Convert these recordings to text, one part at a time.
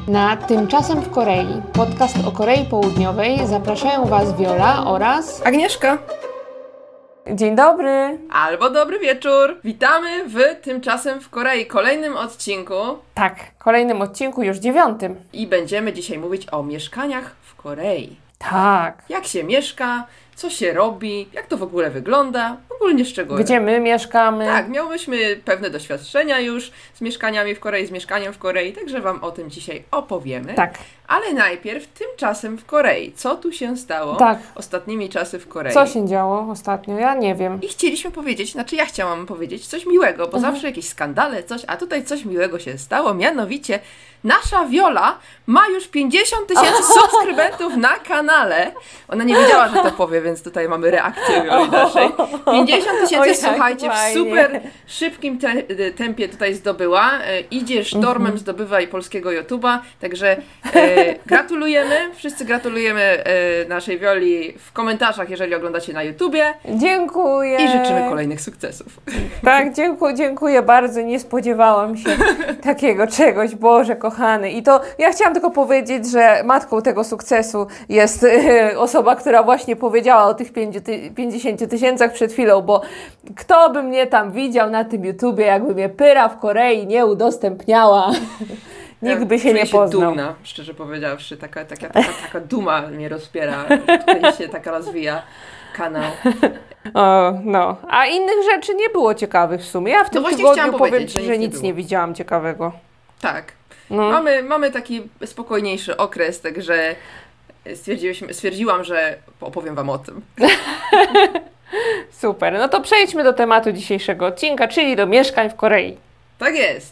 Na Tymczasem w Korei, podcast o Korei Południowej, zapraszają Was Wiola oraz Agnieszka. Dzień dobry! Albo dobry wieczór! Witamy w Tymczasem w Korei, kolejnym odcinku. Tak, kolejnym odcinku, już 9. I będziemy dzisiaj mówić o mieszkaniach w Korei. Tak. Jak się mieszka, co się robi, jak to w ogóle wygląda, ogólnie szczegóły. Gdzie my mieszkamy. Tak, miałyśmy pewne doświadczenia już z mieszkaniami w Korei, z mieszkaniem w Korei, także Wam o tym dzisiaj opowiemy. Tak. Ale najpierw Tymczasem w Korei. Co tu się stało ostatnimi czasy w Korei? Co się działo ostatnio? Ja nie wiem. I chcieliśmy powiedzieć, ja chciałam powiedzieć coś miłego, bo zawsze jakieś skandale, coś, a tutaj coś miłego się stało, mianowicie nasza Wiola ma już 50 000 subskrybentów na kanale. Ona nie wiedziała, że to powie, więc tutaj mamy reakcję Wioli naszej. 50 000, słuchajcie, w super szybkim tempie tutaj zdobyła. Idzie sztormem, zdobywa i polskiego YouTube'a, także gratulujemy, wszyscy gratulujemy naszej Wioli w komentarzach, jeżeli oglądacie na YouTubie. Dziękuję. I życzymy kolejnych sukcesów. Tak, dziękuję bardzo, nie spodziewałam się takiego czegoś, Boże kochany. I to ja chciałam tylko powiedzieć, że matką tego sukcesu jest osoba, która właśnie powiedziała o tych 50 000 przed chwilą, bo kto by mnie tam widział na tym YouTubie, jakby mnie Pyra w Korei nie udostępniała. Nikt by się nie poznał. Dumna, szczerze powiedziawszy, taka duma mnie rozpiera, tutaj się taka rozwija kanał. No, a innych rzeczy nie było ciekawych w sumie. Ja w tym tygodniu powiem Ci, że nic nie widziałam ciekawego. Tak. No. Mamy taki spokojniejszy okres, także stwierdziłam, że opowiem Wam o tym. Super, no to przejdźmy do tematu dzisiejszego odcinka, czyli do mieszkań w Korei. Tak jest.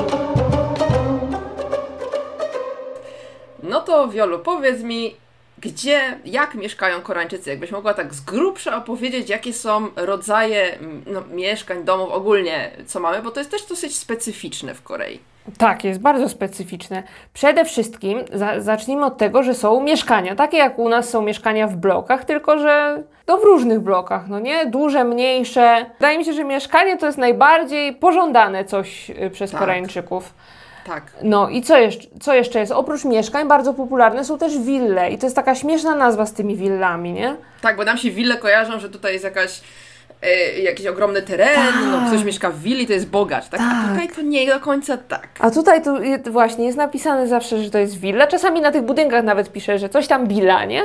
No to Wiolu, powiedz mi, jak mieszkają Koreańczycy? Jakbyś mogła tak z grubsza opowiedzieć, jakie są rodzaje mieszkań, domów, ogólnie co mamy, bo to jest też dosyć specyficzne w Korei. Tak, jest bardzo specyficzne. Przede wszystkim zacznijmy od tego, że są mieszkania, takie jak u nas są mieszkania w blokach, tylko że w różnych blokach, no nie? Duże, mniejsze. Wydaje mi się, że mieszkanie to jest najbardziej pożądane coś przez Koreańczyków. Tak. No i co jeszcze jest? Oprócz mieszkań bardzo popularne są też wille i to jest taka śmieszna nazwa z tymi willami, nie? Tak, bo nam się wille kojarzą, że tutaj jest jakiś ogromny teren, ktoś mieszka w willi, to jest bogacz, tak? A tutaj to nie do końca tak. A tutaj to właśnie jest napisane zawsze, że to jest willa. Czasami na tych budynkach nawet pisze, że coś tam willa, nie?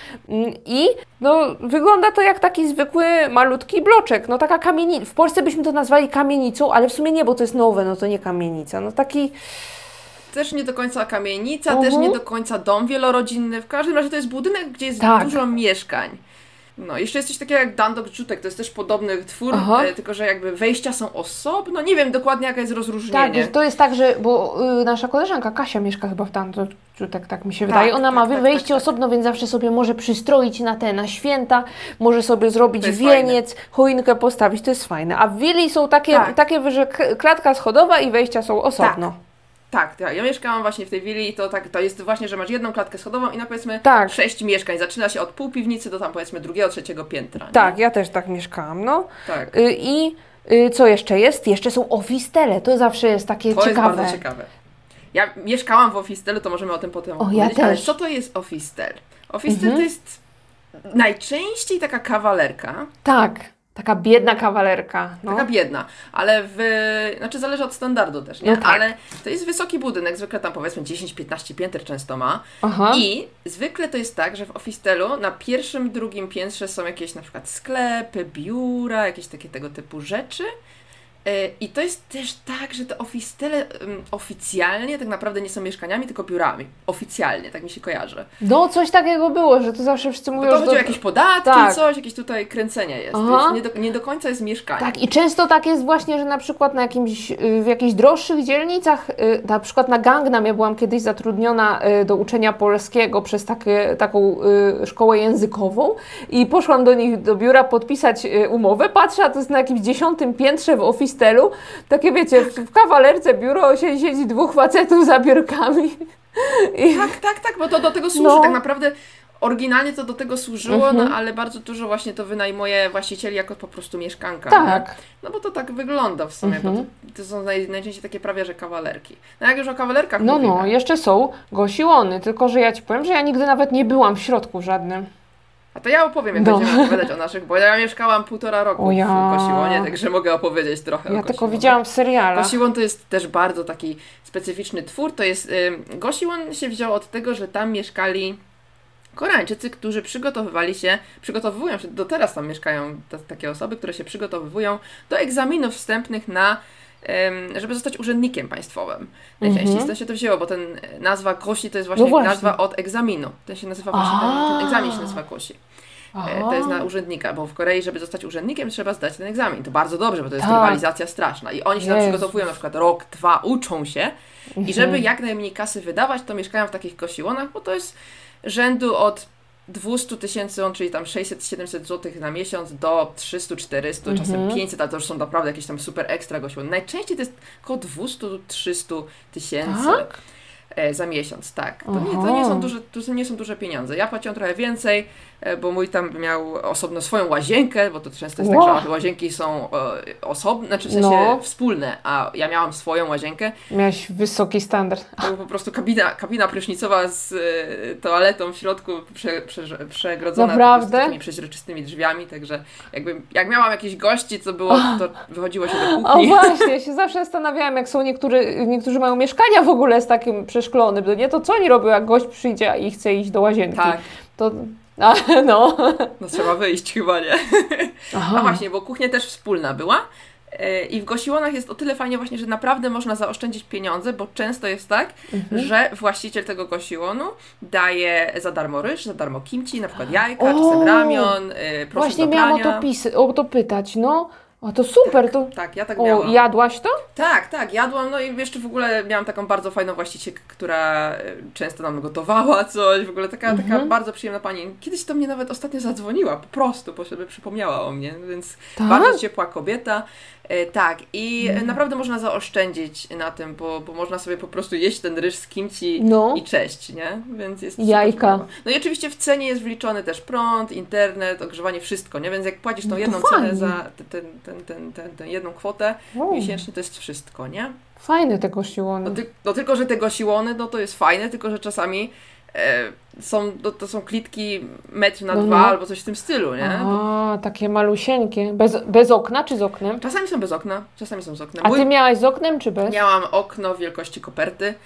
I wygląda to jak taki zwykły, malutki bloczek, taka kamienica. W Polsce byśmy to nazwali kamienicą, ale w sumie nie, bo to jest nowe, to nie kamienica, taki... Też nie do końca kamienica, też nie do końca dom wielorodzinny. W każdym razie to jest budynek, gdzie jest dużo mieszkań. No, jeszcze jest coś takiego jak Dandok-jutek, to jest też podobny twór, tylko że jakby wejścia są osobno. Nie wiem dokładnie, jaka jest rozróżnienie. Tak, to jest tak, że, bo nasza koleżanka Kasia mieszka chyba w Dandok-jutek, tak mi się wydaje. Ona ma wejście osobno, więc zawsze sobie może przystroić na święta, może sobie zrobić wieniec, choinkę postawić, to jest fajne. A w willi są takie, że klatka schodowa i wejścia są osobno. Tak, ja mieszkałam właśnie w tej willi i to jest właśnie, że masz jedną klatkę schodową i powiedzmy 6 mieszkań. Zaczyna się od półpiwnicy do tam powiedzmy drugiego, trzeciego piętra. Nie? Tak, ja też tak mieszkałam, Tak. I co jeszcze jest? Jeszcze są ofistele, to zawsze jest takie ciekawe. To jest bardzo ciekawe. Ja mieszkałam w ofistelu, to możemy o tym potem powiedzieć, ja też. Ale co to jest ofistel? Ofistel to jest najczęściej taka kawalerka. Tak. Taka biedna kawalerka. Taka biedna, ale zależy od standardu też, nie? Tak. Ale to jest wysoki budynek, zwykle tam powiedzmy 10-15 pięter często ma. I zwykle to jest tak, że w ofistelu na pierwszym, drugim piętrze są jakieś na przykład sklepy, biura, jakieś takie tego typu rzeczy. I to jest też tak, że te ofistele oficjalnie tak naprawdę nie są mieszkaniami, tylko biurami. Oficjalnie, tak mi się kojarzy. No, coś takiego było, że to zawsze wszyscy mówią, że to chodzi o jakieś podatki, coś, jakieś tutaj kręcenie jest. Nie do końca jest mieszkanie. Tak, i często tak jest właśnie, że na przykład w jakichś droższych dzielnicach, na przykład na Gangnam, ja byłam kiedyś zatrudniona do uczenia polskiego przez taką szkołę językową i poszłam do nich do biura podpisać umowę, patrzę, a to jest na jakimś 10. piętrze w ofistelu, takie wiecie, w kawalerce biuro siedzi 2 facetów za biurkami. Tak, bo to do tego służy tak naprawdę. oryginalnie to do tego służyło, no ale bardzo dużo właśnie to wynajmuje właścicieli jako po prostu mieszkanka. Tak. Nie? No bo to tak wygląda w sumie, bo to są najczęściej takie prawie, że kawalerki. No jak już o kawalerkach mówimy. No, jeszcze są Gosiłony, tylko że ja Ci powiem, że ja nigdy nawet nie byłam w środku żadnym. A to ja opowiem, jak będziemy opowiadać o naszych, bo ja mieszkałam 1,5 roku w Gosiłonie, także mogę opowiedzieć trochę o Ja Gosiłonie. tylko widziałam w serialach. Gosiłon to jest też bardzo taki specyficzny twór. To jest, Gosiłon się wziął od tego, że tam mieszkali Koreańczycy, którzy przygotowują się, do teraz tam mieszkają takie osoby, które się przygotowują do egzaminów wstępnych żeby zostać urzędnikiem państwowym. Najczęściej stąd się to wzięło, bo nazwa Gosi to jest właśnie nazwa od egzaminu. Ten się nazywa właśnie, ten egzamin się nazywa Gosi. To jest na urzędnika, bo w Korei, żeby zostać urzędnikiem, trzeba zdać ten egzamin. To bardzo dobrze, bo to jest rywalizacja straszna. I oni się tam przygotowują, na przykład rok, 2, uczą się i żeby jak najmniej kasy wydawać, to mieszkają w takich Gosiłonach, bo to jest rzędu od 200 000, czyli tam 600-700 zł na miesiąc do 300-400, czasem 500, ale to już są naprawdę jakieś tam super ekstra Gosiłony. Najczęściej to jest około 200-300 tysięcy. Za miesiąc, tak. To nie są duże pieniądze. Ja płaciłam trochę więcej, bo mój tam miał osobno swoją łazienkę, bo to często jest tak, że łazienki są osobne, znaczy w sensie wspólne, a ja miałam swoją łazienkę. Miałaś wysoki standard. To była po prostu kabina prysznicowa z toaletą w środku przegrodzona z takimi przeźroczystymi drzwiami, także jak miałam jakichś gości, to wychodziło się do kuchni. O właśnie, ja się zawsze zastanawiałam, jak są niektórzy mają mieszkania w ogóle z takim przeszklonym, nie? To co oni robią, jak gość przyjdzie i chce iść do łazienki? Tak. No trzeba wyjść chyba, nie? A właśnie, bo kuchnia też wspólna była. I w Gosiłonach jest o tyle fajnie właśnie, że naprawdę można zaoszczędzić pieniądze, bo często jest tak, że właściciel tego Gosiłonu daje za darmo ryż, za darmo kimchi, na przykład jajka, czasem ramion, proszę właśnie do prania. miałam o to pytać, no. O, to super. Tak, ja tak miałam. Jadłaś to? Tak, jadłam. No i jeszcze w ogóle miałam taką bardzo fajną właścicielkę, która często nam gotowała coś. W ogóle taka bardzo przyjemna pani. Kiedyś to mnie nawet ostatnio zadzwoniła, po prostu, bo sobie przypomniała o mnie, więc bardzo ciepła kobieta. Tak, i naprawdę można zaoszczędzić na tym, bo można sobie po prostu jeść ten ryż z kimchi i cześć, nie? Więc jest jajka. No i oczywiście w cenie jest wliczony też prąd, internet, ogrzewanie, wszystko, nie? Więc jak płacisz tą jedną cenę za tę jedną kwotę miesięcznie, to jest wszystko, nie? Fajne te Gosiłony. No tylko, że te Gosiłony, to jest fajne, tylko, że czasami to są klitki 1,2 m albo coś w tym stylu, nie? Takie malusieńkie. Bez okna czy z oknem? Czasami są bez okna, czasami są z oknem. A ty miałaś z oknem czy bez? Miałam okno wielkości koperty.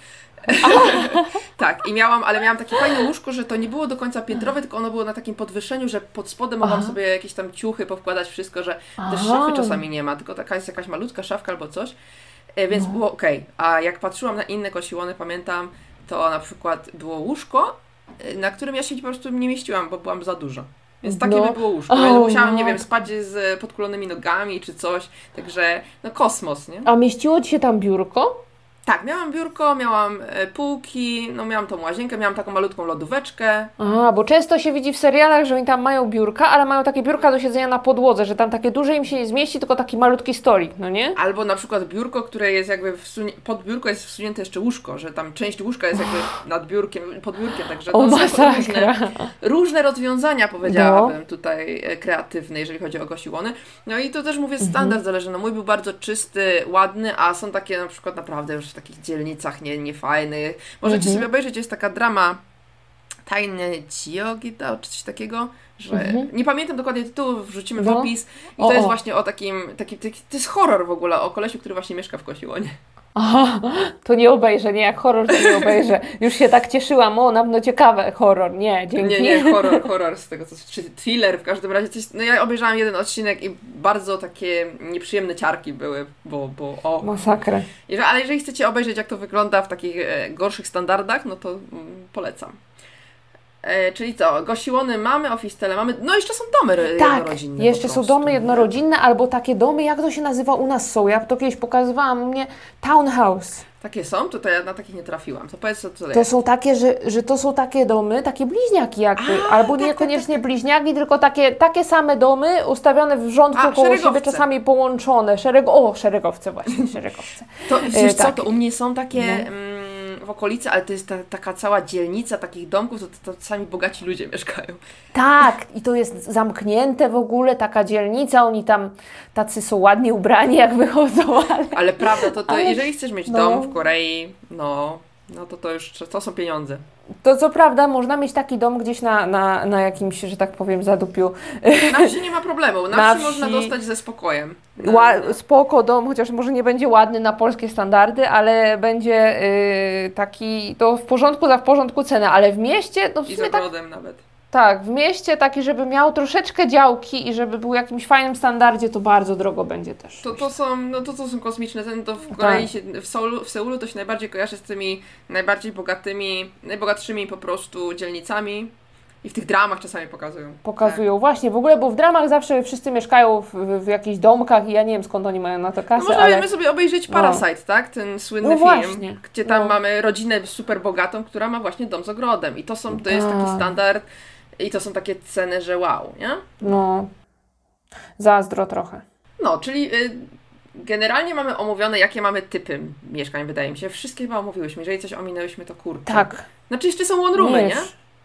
Tak, ale miałam takie fajne łóżko, że to nie było do końca piętrowe, tylko ono było na takim podwyższeniu, że pod spodem mogłam sobie jakieś tam ciuchy powkładać, wszystko, że też szafy czasami nie ma, tylko taka jest jakaś malutka szafka albo coś, więc było okej. A jak patrzyłam na inne Gosiłony, pamiętam, to na przykład było łóżko, na którym ja się po prostu nie mieściłam, bo byłam za duża. Więc takie by było łóżko. Więc musiałam, nie wiem, spać z podkulonymi nogami czy coś. Także, kosmos, nie? A mieściło Ci się tam biurko? Tak, miałam biurko, miałam półki, miałam tą łazienkę, miałam taką malutką lodóweczkę. Bo często się widzi w serialach, że oni tam mają biurka, ale mają takie biurka do siedzenia na podłodze, że tam takie duże im się nie zmieści, tylko taki malutki stolik, no nie? Albo na przykład biurko, które jest jakby pod biurko jest wsunięte jeszcze łóżko, że tam część łóżka jest jakby nad biurkiem, pod biurkiem, także różne rozwiązania, powiedziałabym, tutaj kreatywne, jeżeli chodzi o Gosiłony. No i to też mówię, standard zależy. Mój był bardzo czysty, ładny, a są takie na przykład naprawdę już w takich dzielnicach niefajnych. Możecie sobie obejrzeć, jest taka drama Tajne Chiogita, czy coś takiego, że nie pamiętam dokładnie tytułu, wrzucimy w opis. I to jest właśnie o takim, to jest horror w ogóle, o kolesiu, który właśnie mieszka w Gosiłonie. To nie obejrzę, nie, jak horror to nie obejrzę. Już się tak cieszyłam, na pewno ciekawe, horror, nie, dzięki. Nie, horror z tego, czy thriller w każdym razie. Ja obejrzałam jeden odcinek i bardzo takie nieprzyjemne ciarki były, bo Masakra. Ale jeżeli chcecie obejrzeć, jak to wygląda w takich gorszych standardach, no to polecam. Czyli co, Gosiłony mamy, Ofistele mamy, jeszcze są domy jednorodzinne. Tak, jeszcze są domy jednorodzinne, albo takie domy, jak to się nazywa u nas są, ja to kiedyś pokazywałam u mnie, townhouse. Takie są? To ja na takich nie trafiłam. To powiedz, co to jest. To są takie, że to są takie domy, takie bliźniaki jakby, albo niekoniecznie bliźniaki, tylko takie same domy ustawione w rządku koło siebie, czasami połączone. Szeregowce właśnie, szeregowce. To wiesz co, to u mnie są takie... w okolicy, ale to jest taka cała dzielnica takich domków, to sami bogaci ludzie mieszkają. Tak, i to jest zamknięte w ogóle, taka dzielnica, oni tam tacy są ładnie ubrani, jak wychodzą. Ale prawda, to jeżeli chcesz mieć dom w Korei, no to już to są pieniądze. To co prawda można mieć taki dom gdzieś na jakimś, że tak powiem, zadupiu. Na wsi nie ma problemu, na wsi można dostać ze spokojem. Spoko dom, chociaż może nie będzie ładny na polskie standardy, ale będzie taki, to w porządku cena, ale w mieście... No w i sumie z ogrodem nawet. Tak, w mieście taki, żeby miał troszeczkę działki i żeby był w jakimś fajnym standardzie, to bardzo drogo będzie też. To są kosmiczne ceny, to w Korei, w Seulu to się najbardziej kojarzy z tymi najbardziej najbogatszymi po prostu dzielnicami i w tych dramach czasami pokazują. Tak. Właśnie, w ogóle, bo w dramach zawsze wszyscy mieszkają w jakichś domkach i ja nie wiem skąd oni mają na to kasę, możemy sobie obejrzeć Parasite, tak? Ten słynny film, gdzie tam mamy rodzinę super bogatą, która ma właśnie dom z ogrodem i to jest taki standard. I to są takie ceny, że wow, nie? No, zazdro trochę. No, czyli generalnie mamy omówione, jakie mamy typy mieszkań, wydaje mi się. Wszystkie chyba omówiłyśmy. Jeżeli coś ominęłyśmy, to kurczę. Tak. Znaczy jeszcze są one roomy, nie?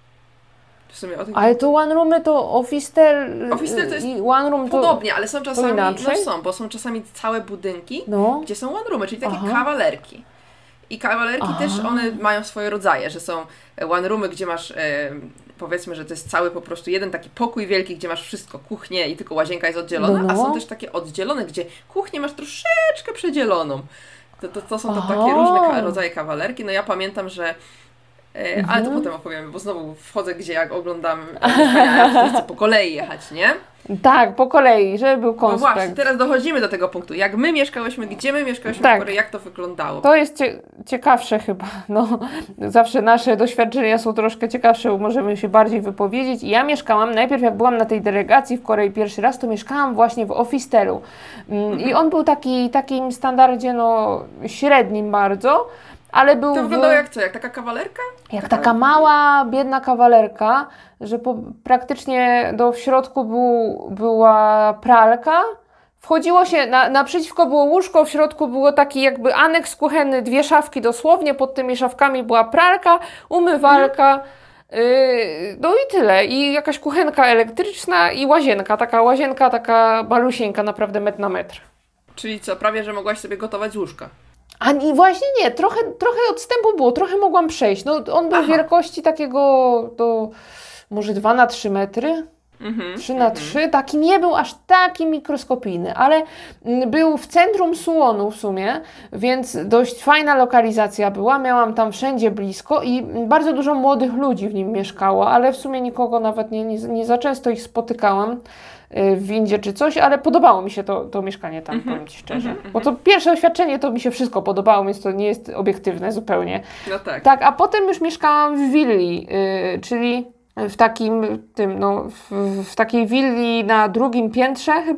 W sumie ale to one roomy to office to jest i one room to podobnie, ale są czasami, bo są czasami całe budynki, gdzie są one roomy, czyli takie kawalerki. I kawalerki też one mają swoje rodzaje, że są one roomy, gdzie masz powiedzmy, że to jest cały po prostu jeden taki pokój wielki, gdzie masz wszystko, kuchnię i tylko łazienka jest oddzielona, a są też takie oddzielone, gdzie kuchnię masz troszeczkę przedzieloną. To są takie różne rodzaje kawalerki. No ja pamiętam, że ale to potem opowiemy, bo znowu wchodzę, jak oglądam ja chcę po kolei jechać, nie? Tak, po kolei, żeby był konspekt. No właśnie, teraz dochodzimy do tego punktu. Jak my mieszkałyśmy, gdzie my mieszkałyśmy w Korei, jak to wyglądało? To jest ciekawsze chyba. No, zawsze nasze doświadczenia są troszkę ciekawsze, bo możemy się bardziej wypowiedzieć. I ja mieszkałam, najpierw jak byłam na tej delegacji w Korei pierwszy raz, to mieszkałam właśnie w ofistelu. I on był takim standardzie, średnim bardzo. Ale był to wyglądało jak co? Jak taka kawalerka? Jak taka mała, biedna kawalerka, że praktycznie w środku była pralka. Wchodziło się, naprzeciwko było łóżko, w środku było taki jakby aneks kuchenny, 2 szafki dosłownie, pod tymi szafkami była pralka, umywalka, no i tyle. I jakaś kuchenka elektryczna i łazienka, taka malusieńka, naprawdę metr na metr. Czyli co, prawie, że mogłaś sobie gotować z łóżka? I właśnie nie, trochę odstępu było, trochę mogłam przejść. No, on był wielkości takiego, może 2x3 metry, 3x3, taki nie był aż taki mikroskopijny, ale był w centrum Suwonu w sumie, więc dość fajna lokalizacja była, miałam tam wszędzie blisko i bardzo dużo młodych ludzi w nim mieszkało, ale w sumie nikogo nawet nie za często ich spotykałam w windzie czy coś, ale podobało mi się to mieszkanie tam, powiem Ci szczerze. Bo to pierwsze doświadczenie to mi się wszystko podobało, więc to nie jest obiektywne zupełnie. No tak. Tak, a potem już mieszkałam w willi, czyli w takiej willi na 2. piętrze chyba.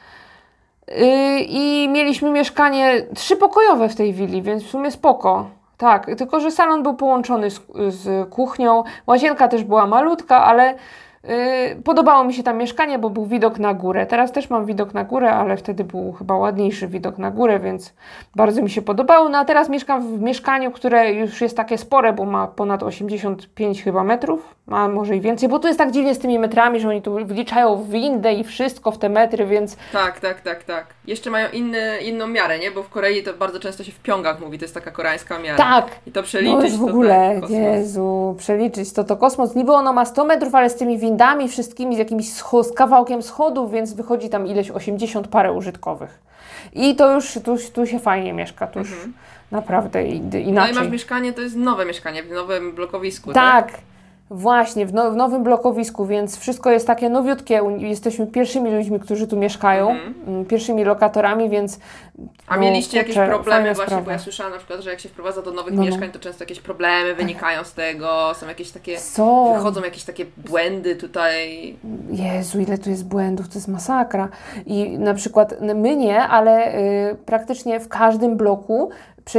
I mieliśmy mieszkanie 3-pokojowe w tej willi, więc w sumie spoko. Tak, tylko że salon był połączony z kuchnią, łazienka też była malutka, ale podobało mi się tam mieszkanie, bo był widok na górę. Teraz też mam widok na górę, ale wtedy był chyba ładniejszy widok na górę, więc bardzo mi się podobało. No a teraz mieszkam w mieszkaniu, które już jest takie spore, bo ma ponad 85 chyba metrów, ma może i więcej, bo tu jest tak dziwnie z tymi metrami, że oni tu wliczają windę i wszystko w te metry, więc... Tak. Jeszcze mają inną miarę, nie? Bo w Korei to bardzo często się w Pjongach mówi, to jest taka koreańska miara. Tak! I to przeliczyć w ogóle, Jezu, przeliczyć to kosmos. Niby ono ma 100 metrów, ale z tymi windami wszystkimi, z jakimś z kawałkiem schodów, więc wychodzi tam ileś 80 parę użytkowych. I to już tu się fajnie mieszka, tu już naprawdę inaczej. No i masz mieszkanie, to jest nowe mieszkanie w nowym blokowisku, tak? Właśnie, w nowym blokowisku, więc wszystko jest takie nowiutkie. Jesteśmy pierwszymi ludźmi, którzy tu mieszkają, pierwszymi lokatorami, więc... A mieliście jakieś problemy właśnie, bo ja słyszałam na przykład, że jak się wprowadza do nowych mieszkań, to często jakieś problemy wynikają z tego, są jakieś takie... Wychodzą jakieś takie błędy tutaj. Jezu, ile tu jest błędów, to jest masakra. I na przykład my nie, ale praktycznie w każdym bloku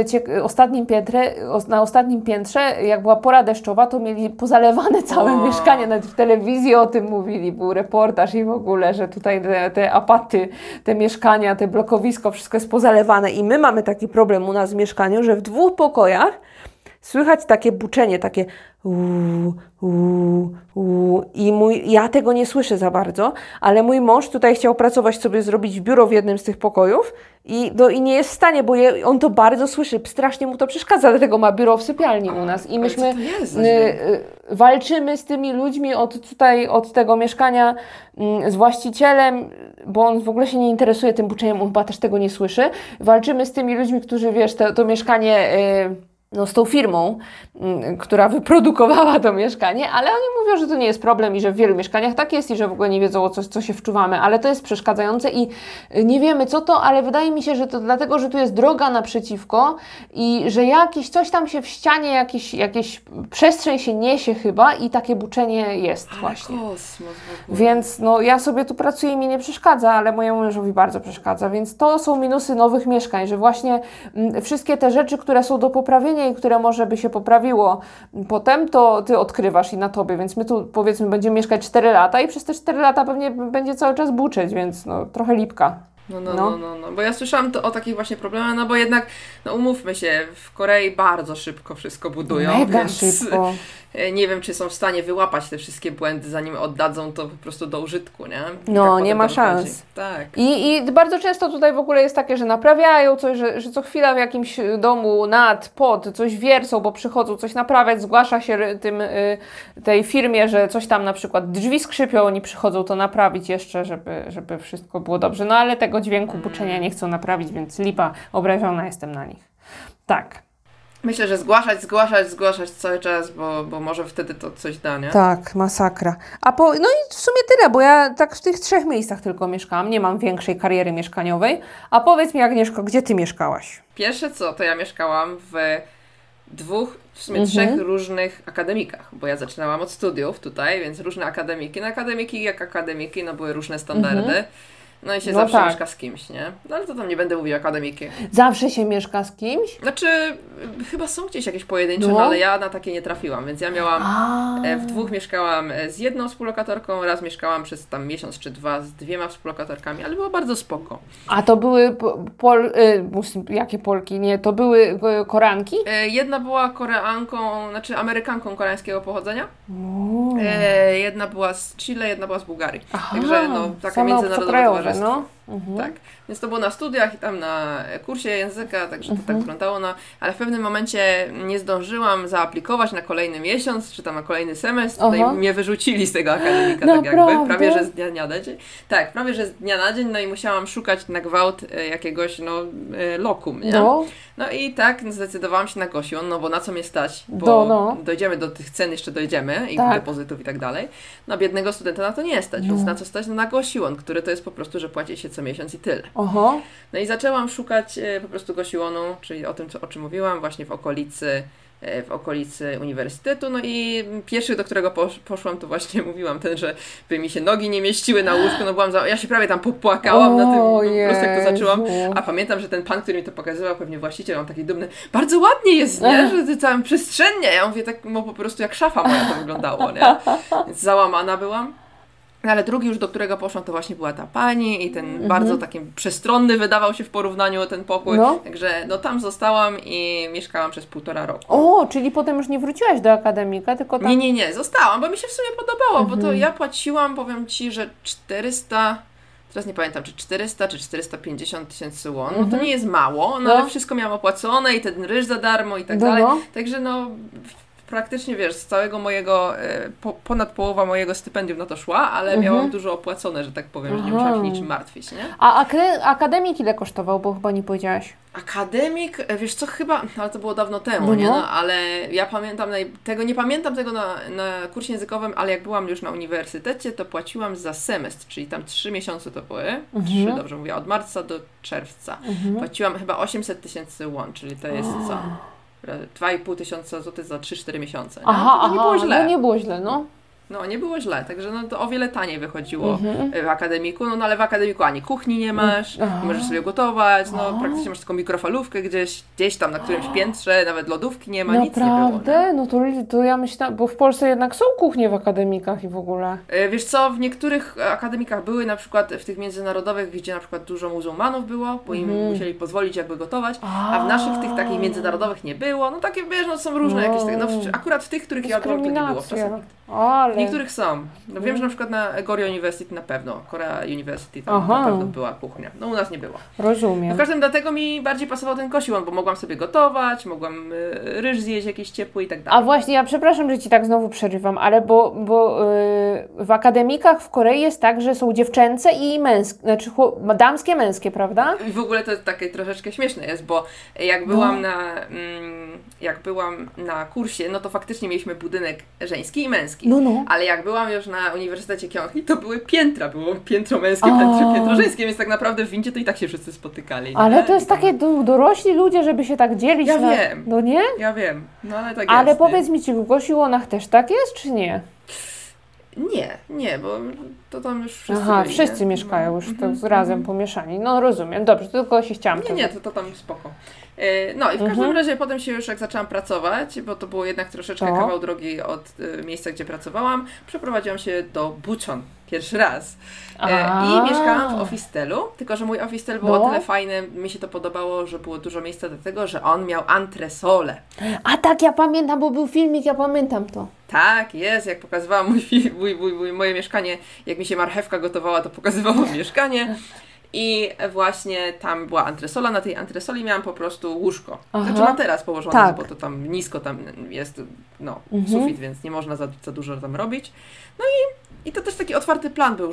na ostatnim piętrze, jak była pora deszczowa, to mieli pozalewane całe mieszkanie, nawet w telewizji o tym mówili, był reportaż i w ogóle, że tutaj te apaty, te mieszkania, te blokowisko, wszystko jest pozalewane i my mamy taki problem u nas w mieszkaniu, że w 2 pokojach słychać takie buczenie, takie i ja tego nie słyszę za bardzo, ale mój mąż tutaj chciał pracować sobie, zrobić biuro w jednym z tych pokojów i nie jest w stanie, bo on to bardzo słyszy, strasznie mu to przeszkadza, dlatego ma biuro w sypialni u nas i myśmy walczymy z tymi ludźmi od tego mieszkania z właścicielem, bo on w ogóle się nie interesuje tym buczeniem, on chyba też tego nie słyszy. Walczymy z tymi ludźmi, którzy, wiesz, to mieszkanie z tą firmą, która wyprodukowała to mieszkanie, ale oni mówią, że to nie jest problem i że w wielu mieszkaniach tak jest i że w ogóle nie wiedzą, o co się wczuwamy, ale to jest przeszkadzające i nie wiemy co to, ale wydaje mi się, że to dlatego, że tu jest droga naprzeciwko i że coś tam się w ścianie, jakieś przestrzeń się niesie chyba i takie buczenie jest właśnie. Kosmos w ogóle. Więc ja sobie tu pracuję i mi nie przeszkadza, ale mojemu mężowi bardzo przeszkadza, więc to są minusy nowych mieszkań, że właśnie wszystkie te rzeczy, które są do poprawienia i które może by się poprawiło potem, to Ty odkrywasz i na Tobie, więc my tu powiedzmy będziemy mieszkać 4 lata i przez te 4 lata pewnie będzie cały czas buczeć, więc trochę lipka. No, bo ja słyszałam o takich właśnie problemach, no bo jednak, umówmy się, w Korei bardzo szybko wszystko budują, Mega szybko. Nie wiem, czy są w stanie wyłapać te wszystkie błędy, zanim oddadzą to po prostu do użytku, nie? Tak nie ma szans. Tak. I bardzo często tutaj w ogóle jest takie, że naprawiają coś, że co chwila w jakimś domu pod coś wiercą, bo przychodzą coś naprawiać, zgłasza się tej firmie, że coś tam na przykład drzwi skrzypią, oni przychodzą to naprawić jeszcze, żeby wszystko było dobrze. No ale tego dźwięku buczenia nie chcą naprawić, więc lipa, obrażona jestem na nich. Tak. Myślę, że zgłaszać cały czas, bo może wtedy to coś da, nie? Tak, masakra. No i w sumie tyle, bo ja tak w tych 3 miejscach tylko mieszkałam, nie mam większej kariery mieszkaniowej. A powiedz mi, Agnieszko, gdzie Ty mieszkałaś? Pierwsze co, to ja mieszkałam w 3 różnych akademikach, bo ja zaczynałam od studiów tutaj, więc różne akademiki. No akademiki jak akademiki, były różne standardy. No i się zawsze mieszka z kimś, nie? No ale to tam nie będę mówił akademiki. Zawsze się mieszka z kimś? Znaczy, chyba są gdzieś jakieś pojedyncze, ale ja na takie nie trafiłam, więc ja miałam, w 2 mieszkałam z jedną współlokatorką, raz mieszkałam przez tam miesiąc czy 2 z 2 współlokatorkami, ale było bardzo spoko. A to były jakie Polki? Nie, to były Koreanki? Jedna była Koreanką, znaczy Amerykanką koreańskiego pochodzenia. Jedna była z Chile, jedna była z Bułgarii. Także taka międzynarodowa towarzystwo. Tak, więc to było na studiach i tam na kursie języka, także to tak wyglądało, ale w pewnym momencie nie zdążyłam zaaplikować na kolejny miesiąc, czy tam na kolejny semestr, no i mnie wyrzucili z tego akademika, tak jakby, prawie że z dnia na dzień. Tak, prawie że z dnia na dzień, i musiałam szukać na gwałt jakiegoś, lokum, nie? No i tak zdecydowałam się na Gosion, bo na co mnie stać, bo dojdziemy do tych cen, jeszcze dojdziemy i depozytów i tak dalej. Biednego studenta na to nie stać, więc na co stać? Na Gosion, który to jest po prostu, że płaci się co miesiąc i tyle. No i zaczęłam szukać po prostu Gosionu, czyli o tym, o czym mówiłam, właśnie w okolicy uniwersytetu, i pierwszy, do którego poszłam, to właśnie mówiłam, że by mi się nogi nie mieściły na łóżku, ja się prawie tam popłakałam na tym, po prostu jak to zaczęłam, a pamiętam, że ten pan, który mi to pokazywał, pewnie właściciel, on taki dumny, bardzo ładnie jest, nie, że ty całym przestrzennie, ja mówię, tak po prostu jak szafa moja to wyglądało, nie, więc załamana byłam. Ale drugi już, do którego poszłam, to właśnie była ta pani i ten bardzo taki przestronny wydawał się w porównaniu ten pokój. Także tam zostałam i mieszkałam przez 1,5 roku. Czyli potem już nie wróciłaś do akademika, tylko tam... Nie, zostałam, bo mi się w sumie podobało, bo to ja płaciłam, powiem Ci, że 400... Teraz nie pamiętam, czy 400, czy 450 tysięcy won. To nie jest mało, ale wszystko miałam opłacone i ten ryż za darmo i tak dalej. Także praktycznie, z całego mojego, ponad połowa mojego stypendium na to szła, ale miałam dużo opłacone, że tak powiem, że nie musiałam się niczym martwić, nie? A akademik ile kosztował, bo chyba nie powiedziałaś? Akademik, wiesz co, chyba, ale to było dawno temu, nie? Ale ja pamiętam, nie pamiętam tego na kursie językowym, ale jak byłam już na uniwersytecie, to płaciłam za semestr, czyli tam 3 miesiące to były, 3, dobrze mówię, od marca do czerwca. Płaciłam chyba 800 tysięcy won, czyli to jest co? 2,5 tysiąca złotych za 3-4 miesiące. To nie było źle. No nie było źle, No, nie było źle, także no, to o wiele taniej wychodziło w akademiku, no ale w akademiku ani kuchni nie masz, nie możesz sobie gotować, no praktycznie masz tylko mikrofalówkę gdzieś tam na którymś piętrze, nawet lodówki nie ma, nic nie było. Naprawdę? No to ja myślałam, bo w Polsce jednak są kuchnie w akademikach i w ogóle. Wiesz co, w niektórych akademikach były na przykład w tych międzynarodowych, gdzie na przykład dużo muzułmanów było, bo im musieli pozwolić jakby gotować, a w naszych tych takich międzynarodowych nie było, no takie wiesz, no są różne jakieś takie, no akurat w tych, których ja byłam, to nie było wczasem. Ale... W niektórych są. No wiem, że na przykład na Goryeo University na pewno, Korea University tam na pewno była kuchnia. No u nas nie była. Rozumiem. No w każdym dlatego mi bardziej pasował ten kosiłon, bo mogłam sobie gotować, mogłam ryż zjeść jakiś ciepły i tak dalej. A właśnie, ja przepraszam, że Ci tak znowu przerywam, ale bo w akademikach w Korei jest tak, że są dziewczęce i męskie, znaczy damskie, męskie, prawda? I w ogóle to takie troszeczkę śmieszne jest, bo jak byłam na kursie, no to faktycznie mieliśmy budynek żeński i męski. Ale jak byłam już na Uniwersytecie Kyunghee, to były piętra. Było piętro męskie, piętro żeńskie, więc tak naprawdę w windzie to i tak się wszyscy spotykali. Nie? Ale to jest takie dorośli ludzie, żeby się tak dzielić. Ja wiem. No nie? Ja wiem. No ale tak ale jest. Powiedz mi, czy w Kosiłonach też tak jest, czy nie? Nie, bo to tam już wszyscy byli, wszyscy mieszkają już razem pomieszani. No rozumiem, dobrze, tylko się chciałam... Nie, to tam spoko. No i w każdym razie potem się już jak zaczęłam pracować, bo to było jednak troszeczkę kawał drogi od miejsca, gdzie pracowałam, przeprowadziłam się do Bucheon pierwszy raz. I mieszkałam w ofistelu, tylko że mój ofistel był o tyle fajny, mi się to podobało, że było dużo miejsca do tego, że on miał antresolę. A tak, ja pamiętam, bo był filmik, ja pamiętam to. Tak, jest, jak pokazywałam moje mieszkanie, jak mi się marchewka gotowała, to pokazywałam mieszkanie. I właśnie tam była antresola, na tej antresoli miałam po prostu łóżko. Znaczy materac położony, bo to tam nisko tam jest sufit, więc nie można za dużo tam robić. No i to też taki otwarty plan był,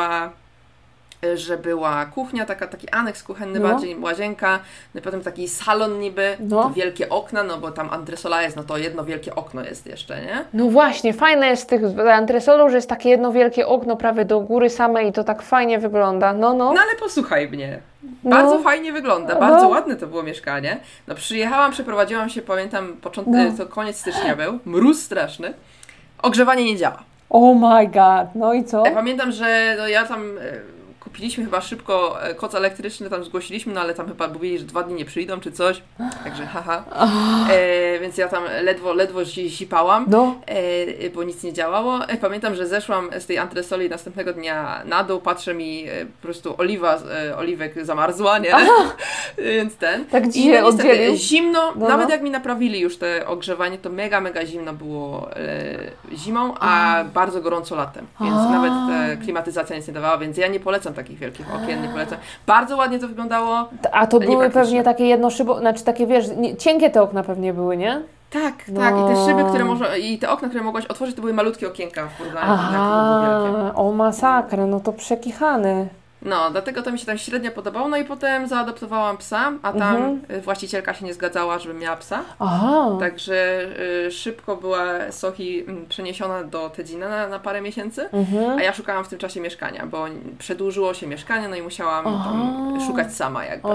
że była kuchnia, taki aneks kuchenny bardziej, łazienka, no i potem taki salon niby, to wielkie okna, no bo tam antresola jest, no to jedno wielkie okno jest jeszcze, nie? No właśnie, fajne jest z tych antresolów, że jest takie jedno wielkie okno prawie do góry samej i to tak fajnie wygląda, No ale posłuchaj mnie, bardzo fajnie wygląda, bardzo ładne to było mieszkanie. No przyjechałam, przeprowadziłam się, pamiętam, to koniec stycznia był, mróz straszny, ogrzewanie nie działa. Oh my god, no i co? Ja pamiętam, że ja tam... Kupiliśmy chyba szybko koc elektryczny, tam zgłosiliśmy, no ale tam chyba mówili, że 2 dni nie przyjdą czy coś, także haha. Więc ja tam ledwo zipałam, bo nic nie działało. Pamiętam, że zeszłam z tej antresoli następnego dnia na dół, patrzę mi po prostu oliwek zamarzła, nie? Więc tak dzisiaj oddzielił. Zimno, nawet jak mi naprawili już te ogrzewanie, to mega zimno było zimą, a bardzo gorąco latem, więc nawet klimatyzacja nic nie dawała, więc ja nie polecam takich wielkich okien, nie polecam. Bardzo ładnie to wyglądało. A to były pewnie takie znaczy takie, wiesz, cienkie te okna pewnie były, nie? Tak. I te szyby, i te okna, które mogłaś otworzyć, to były malutkie okienka w porównaniu do wielkie. O masakra, no to przekichane. No, dlatego to mi się tam średnio podobało, no i potem zaadoptowałam psa, a tam właścicielka się nie zgadzała, żebym miała psa. Także szybko była Sohi przeniesiona do Tedzina na parę miesięcy, a ja szukałam w tym czasie mieszkania, bo przedłużyło się mieszkanie, no i musiałam tam szukać sama jakby.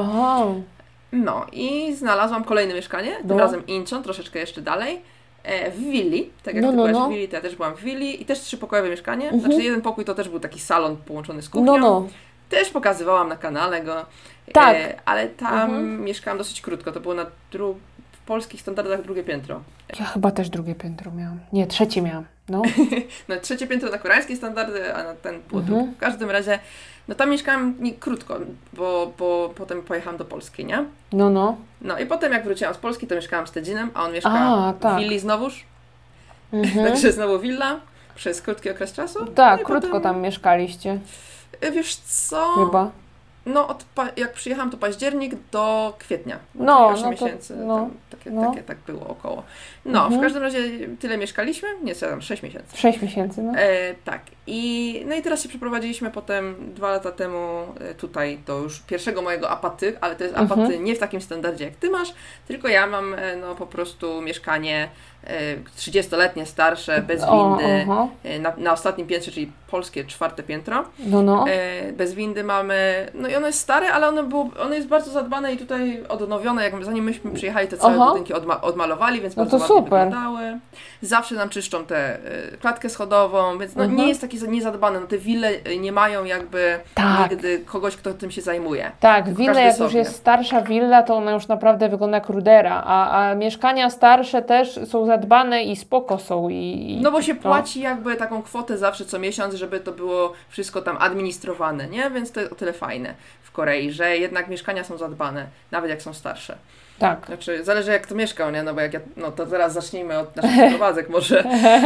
No i znalazłam kolejne mieszkanie, tym razem Incheon, troszeczkę jeszcze dalej. W willi, tak jak ty byłaś w willi, to ja też byłam w willi i też 3-pokojowe mieszkanie, znaczy jeden pokój to też był taki salon połączony z kuchnią. Też pokazywałam na kanale go, ale tam mieszkałam dosyć krótko, to było w polskich standardach 2 piętro. Ja chyba też 2 piętro miałam, nie, 3 miałam. No 3 piętro na koreańskie standardy, a na ten było drugie. W każdym razie, no tam mieszkałam krótko, bo potem pojechałam do Polski, nie? No i potem jak wróciłam z Polski, to mieszkałam z Tedzinem, a on mieszkał w willi znowuż. Także znowu willa przez krótki okres czasu. Tak, krótko potem... tam mieszkaliście. Wiesz co? Chyba. No, jak przyjechałam, to październik do kwietnia. 8 miesięcy. Tak było około. W każdym razie tyle mieszkaliśmy. Nie, 6 miesięcy. 6 miesięcy, no. Tak. No i teraz się przeprowadziliśmy potem 2 lata temu tutaj do już pierwszego mojego apaty, ale to jest apaty nie w takim standardzie jak ty masz, tylko ja mam po prostu mieszkanie 30-letnie, starsze, bez windy, na ostatnim piętrze, czyli polskie 4. piętro. Bez windy mamy, no i ono jest stare, ale ono jest bardzo zadbane i tutaj odnowione, zanim myśmy przyjechali, te całe budynki odmalowali, więc bardzo ładnie wyglądały. Zawsze nam czyszczą tę klatkę schodową, więc nie jest takie niezadbane. No te wille nie mają jakby nigdy kogoś, kto tym się zajmuje. Tak, wille jak już jest starsza willa, to ona już naprawdę wygląda jak rudera, a mieszkania starsze też są zadbane i spoko są. No bo się płaci jakby taką kwotę zawsze co miesiąc, żeby to było wszystko tam administrowane, nie? Więc to jest o tyle fajne w Korei, że jednak mieszkania są zadbane, nawet jak są starsze. Tak. Znaczy, zależy jak to mieszkał, nie? No bo to teraz zacznijmy od naszych przeprowadzek może.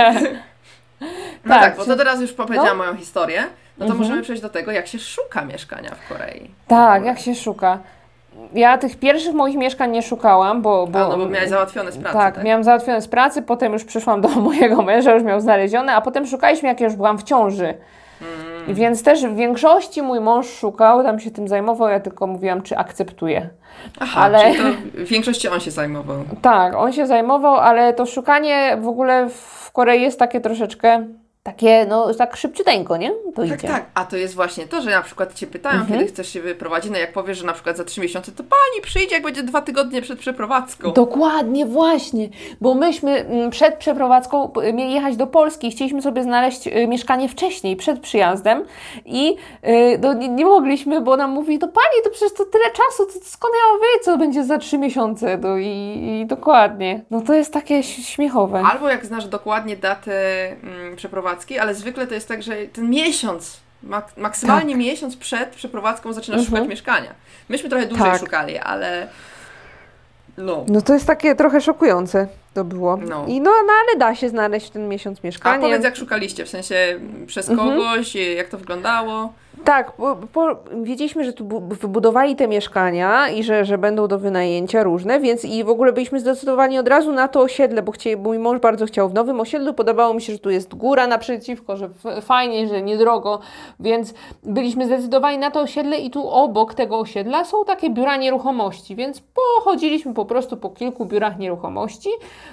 Tak, bo to teraz już powiedziałam moją historię, no to możemy przejść do tego, jak się szuka mieszkania w Korei. Tak, jak się szuka. Ja tych pierwszych moich mieszkań nie szukałam, bo miałaś załatwione z pracy. Tak, miałam załatwione z pracy, potem już przyszłam do mojego męża, już miał znalezione, a potem szukaliśmy, jak już byłam w ciąży. Więc też w większości mój mąż szukał, tam się tym zajmował, ja tylko mówiłam, czy akceptuję. Czyli to w większości on się zajmował. Tak, on się zajmował, ale to szukanie w ogóle w Korei jest takie troszeczkę... tak szybciuteńko, nie? To idzie. Tak. A to jest właśnie to, że na przykład Cię pytają, kiedy chcesz się wyprowadzić, no jak powiesz, że na przykład za 3 miesiące, to pani przyjdzie, jak będzie 2 tygodnie przed przeprowadzką. Dokładnie, właśnie. Bo myśmy przed przeprowadzką mieli jechać do Polski i chcieliśmy sobie znaleźć mieszkanie wcześniej, przed przyjazdem i nie mogliśmy, bo nam mówi, to pani, to przecież to tyle czasu, to skąd ja mam wiedzieć, co będzie za 3 miesiące. I dokładnie. No to jest takie śmiechowe. Albo jak znasz dokładnie datę przeprowadzki, ale zwykle to jest tak, że ten miesiąc, maksymalnie miesiąc przed przeprowadzką zaczynasz szukać mieszkania. Myśmy trochę dłużej szukali, ale No to jest takie trochę szokujące to było. Ale da się znaleźć w ten miesiąc mieszkanie. A powiedz, jak szukaliście? W sensie przez kogoś? Jak to wyglądało? Tak, bo wiedzieliśmy, że tu wybudowali te mieszkania i że będą do wynajęcia różne, więc i w ogóle byliśmy zdecydowani od razu na to osiedle, bo mój mąż bardzo chciał w nowym osiedlu, podobało mi się, że tu jest góra naprzeciwko, że fajnie, że niedrogo, więc byliśmy zdecydowani na to osiedle i tu obok tego osiedla są takie biura nieruchomości, więc pochodziliśmy po prostu po kilku biurach nieruchomości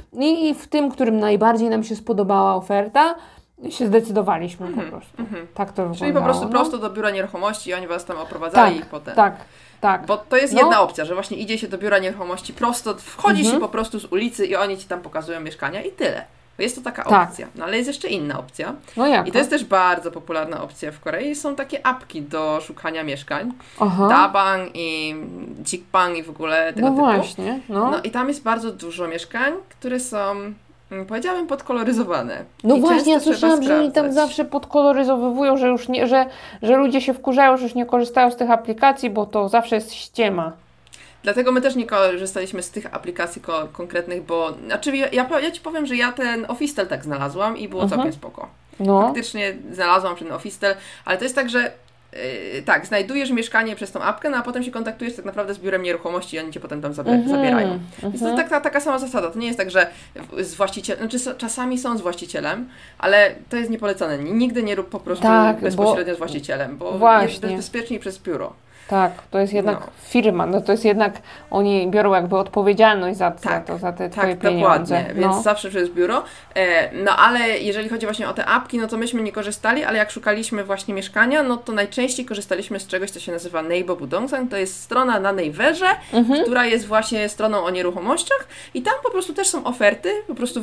i w tym, którym najbardziej nam się spodobała oferta, się zdecydowaliśmy po prostu. Tak to wyglądało. Czyli po prostu prosto do biura nieruchomości i oni was tam oprowadzali i potem. Tak. Bo to jest jedna opcja, że właśnie idzie się do biura nieruchomości prosto, wchodzi się po prostu z ulicy i oni ci tam pokazują mieszkania i tyle. Jest to taka opcja. No ale jest jeszcze inna opcja. I to jest też bardzo popularna opcja w Korei. Są takie apki do szukania mieszkań. Dabang i Jikbang i w ogóle tego typu. Właśnie. No i tam jest bardzo dużo mieszkań, które są, powiedziałabym, podkoloryzowane. No właśnie, ja słyszałam, że oni tam zawsze podkoloryzowują, że już nie, że ludzie się wkurzają, że już nie korzystają z tych aplikacji, bo to zawsze jest ściema. Dlatego my też nie korzystaliśmy z tych aplikacji konkretnych, bo znaczy ja Ci powiem, że ja ten Ofistel tak znalazłam i było całkiem spoko. Faktycznie znalazłam ten Ofistel, ale to jest tak, że znajdujesz mieszkanie przez tą apkę, no a potem się kontaktujesz tak naprawdę z biurem nieruchomości i oni Cię potem tam zabierają. Więc to jest taka sama zasada. To nie jest tak, że z właścicielem, znaczy czasami są z właścicielem, ale to jest niepolecane. Nigdy nie rób po prostu bezpośrednio z właścicielem, bo jest bezpieczniej przez biuro. Tak, to jest jednak firma, no to jest jednak, oni biorą jakby odpowiedzialność za te Twoje pieniądze. Dokładnie, więc zawsze przez biuro. No ale jeżeli chodzi właśnie o te apki, no to myśmy nie korzystali, ale jak szukaliśmy właśnie mieszkania, no to najczęściej korzystaliśmy z czegoś, co się nazywa Naver Budongsan. To jest strona na Naverze, która jest właśnie stroną o nieruchomościach i tam po prostu też są oferty,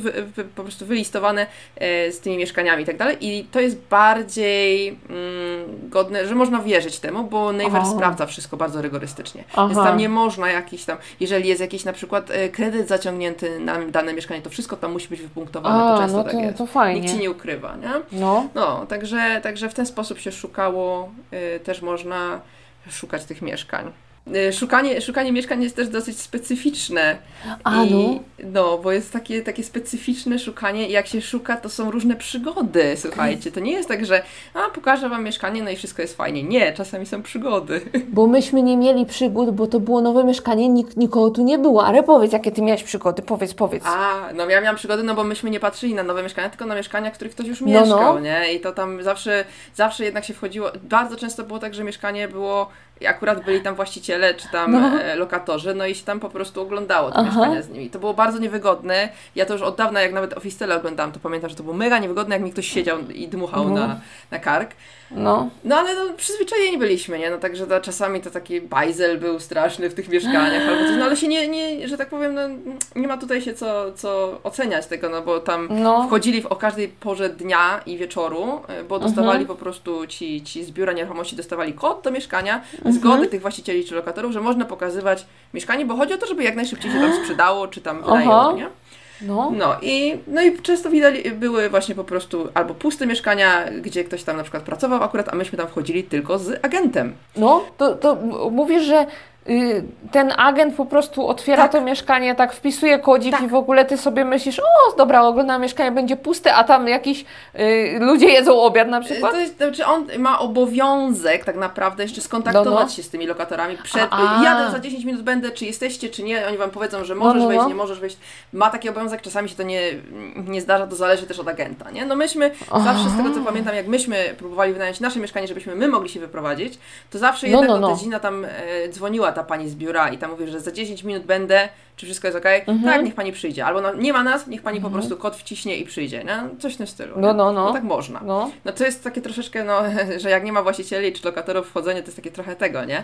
po prostu wylistowane z tymi mieszkaniami i tak dalej. I to jest bardziej godne, że można wierzyć temu, bo Naver sprawdza wszystko bardzo rygorystycznie. Więc tam nie można jakiś tam, jeżeli jest jakiś na przykład kredyt zaciągnięty na dane mieszkanie, to wszystko tam musi być wypunktowane, to często tak jest. To fajnie. Nikt Ci nie ukrywa, nie? Także w ten sposób się szukało, też można szukać tych mieszkań. Szukanie mieszkań jest też dosyć specyficzne. Bo jest takie specyficzne szukanie i jak się szuka, to są różne przygody, słuchajcie. To nie jest tak, że pokażę Wam mieszkanie, no i wszystko jest fajnie. Nie, czasami są przygody. Bo myśmy nie mieli przygód, bo to było nowe mieszkanie, nikogo tu nie było. Ale powiedz, jakie Ty miałeś przygody, powiedz. Ja miałam przygody, bo myśmy nie patrzyli na nowe mieszkania, tylko na mieszkania, w których ktoś już mieszkał, nie? I to tam zawsze jednak się wchodziło. Bardzo często było tak, że mieszkanie było, akurat byli tam właściciele, czy tam lokatorzy, no i się tam po prostu oglądało te mieszkania z nimi. To było bardzo bardzo niewygodne. Ja to już od dawna, jak nawet Office oglądałam, to pamiętam, że to było mega niewygodne, jak mi ktoś siedział i dmuchał na kark. No Ale przyzwyczajeni byliśmy, nie? Także czasami to taki bajzel był straszny w tych mieszkaniach albo coś, ale się nie, że tak powiem, nie ma tutaj się co oceniać tego, bo tam wchodzili o każdej porze dnia i wieczoru, bo dostawali po prostu ci z biura nieruchomości dostawali kod do mieszkania, zgody tych właścicieli czy lokatorów, że można pokazywać mieszkanie, bo chodzi o to, żeby jak najszybciej się tam sprzedało, czy tam wynajęło, nie? No i często widać, były właśnie po prostu albo puste mieszkania, gdzie ktoś tam na przykład pracował akurat, a myśmy tam wchodzili tylko z agentem. No, to mówisz, że ten agent po prostu otwiera to mieszkanie, tak wpisuje kodzik i w ogóle ty sobie myślisz, dobra, oglądam mieszkanie, będzie puste, a tam jakiś ludzie jedzą obiad na przykład? Znaczy on ma obowiązek tak naprawdę jeszcze skontaktować się z tymi lokatorami jadę za 10 minut będę, czy jesteście, czy nie, oni wam powiedzą, że możesz wejść, nie możesz wejść. Ma taki obowiązek, czasami się to nie zdarza, to zależy też od agenta, nie? No myśmy zawsze, z tego co pamiętam, jak myśmy próbowali wynająć nasze mieszkanie, żebyśmy my mogli się wyprowadzić, to zawsze jednak godzina tam dzwoniła ta pani z biura i tam mówi, że za 10 minut będę, czy wszystko jest okej? Tak, niech pani przyjdzie. Albo nie ma nas, niech pani po prostu kod wciśnie i przyjdzie, nie? Coś w tym stylu. No tak można. No to jest takie troszeczkę, że jak nie ma właścicieli czy lokatorów wchodzenie, to jest takie trochę tego, nie?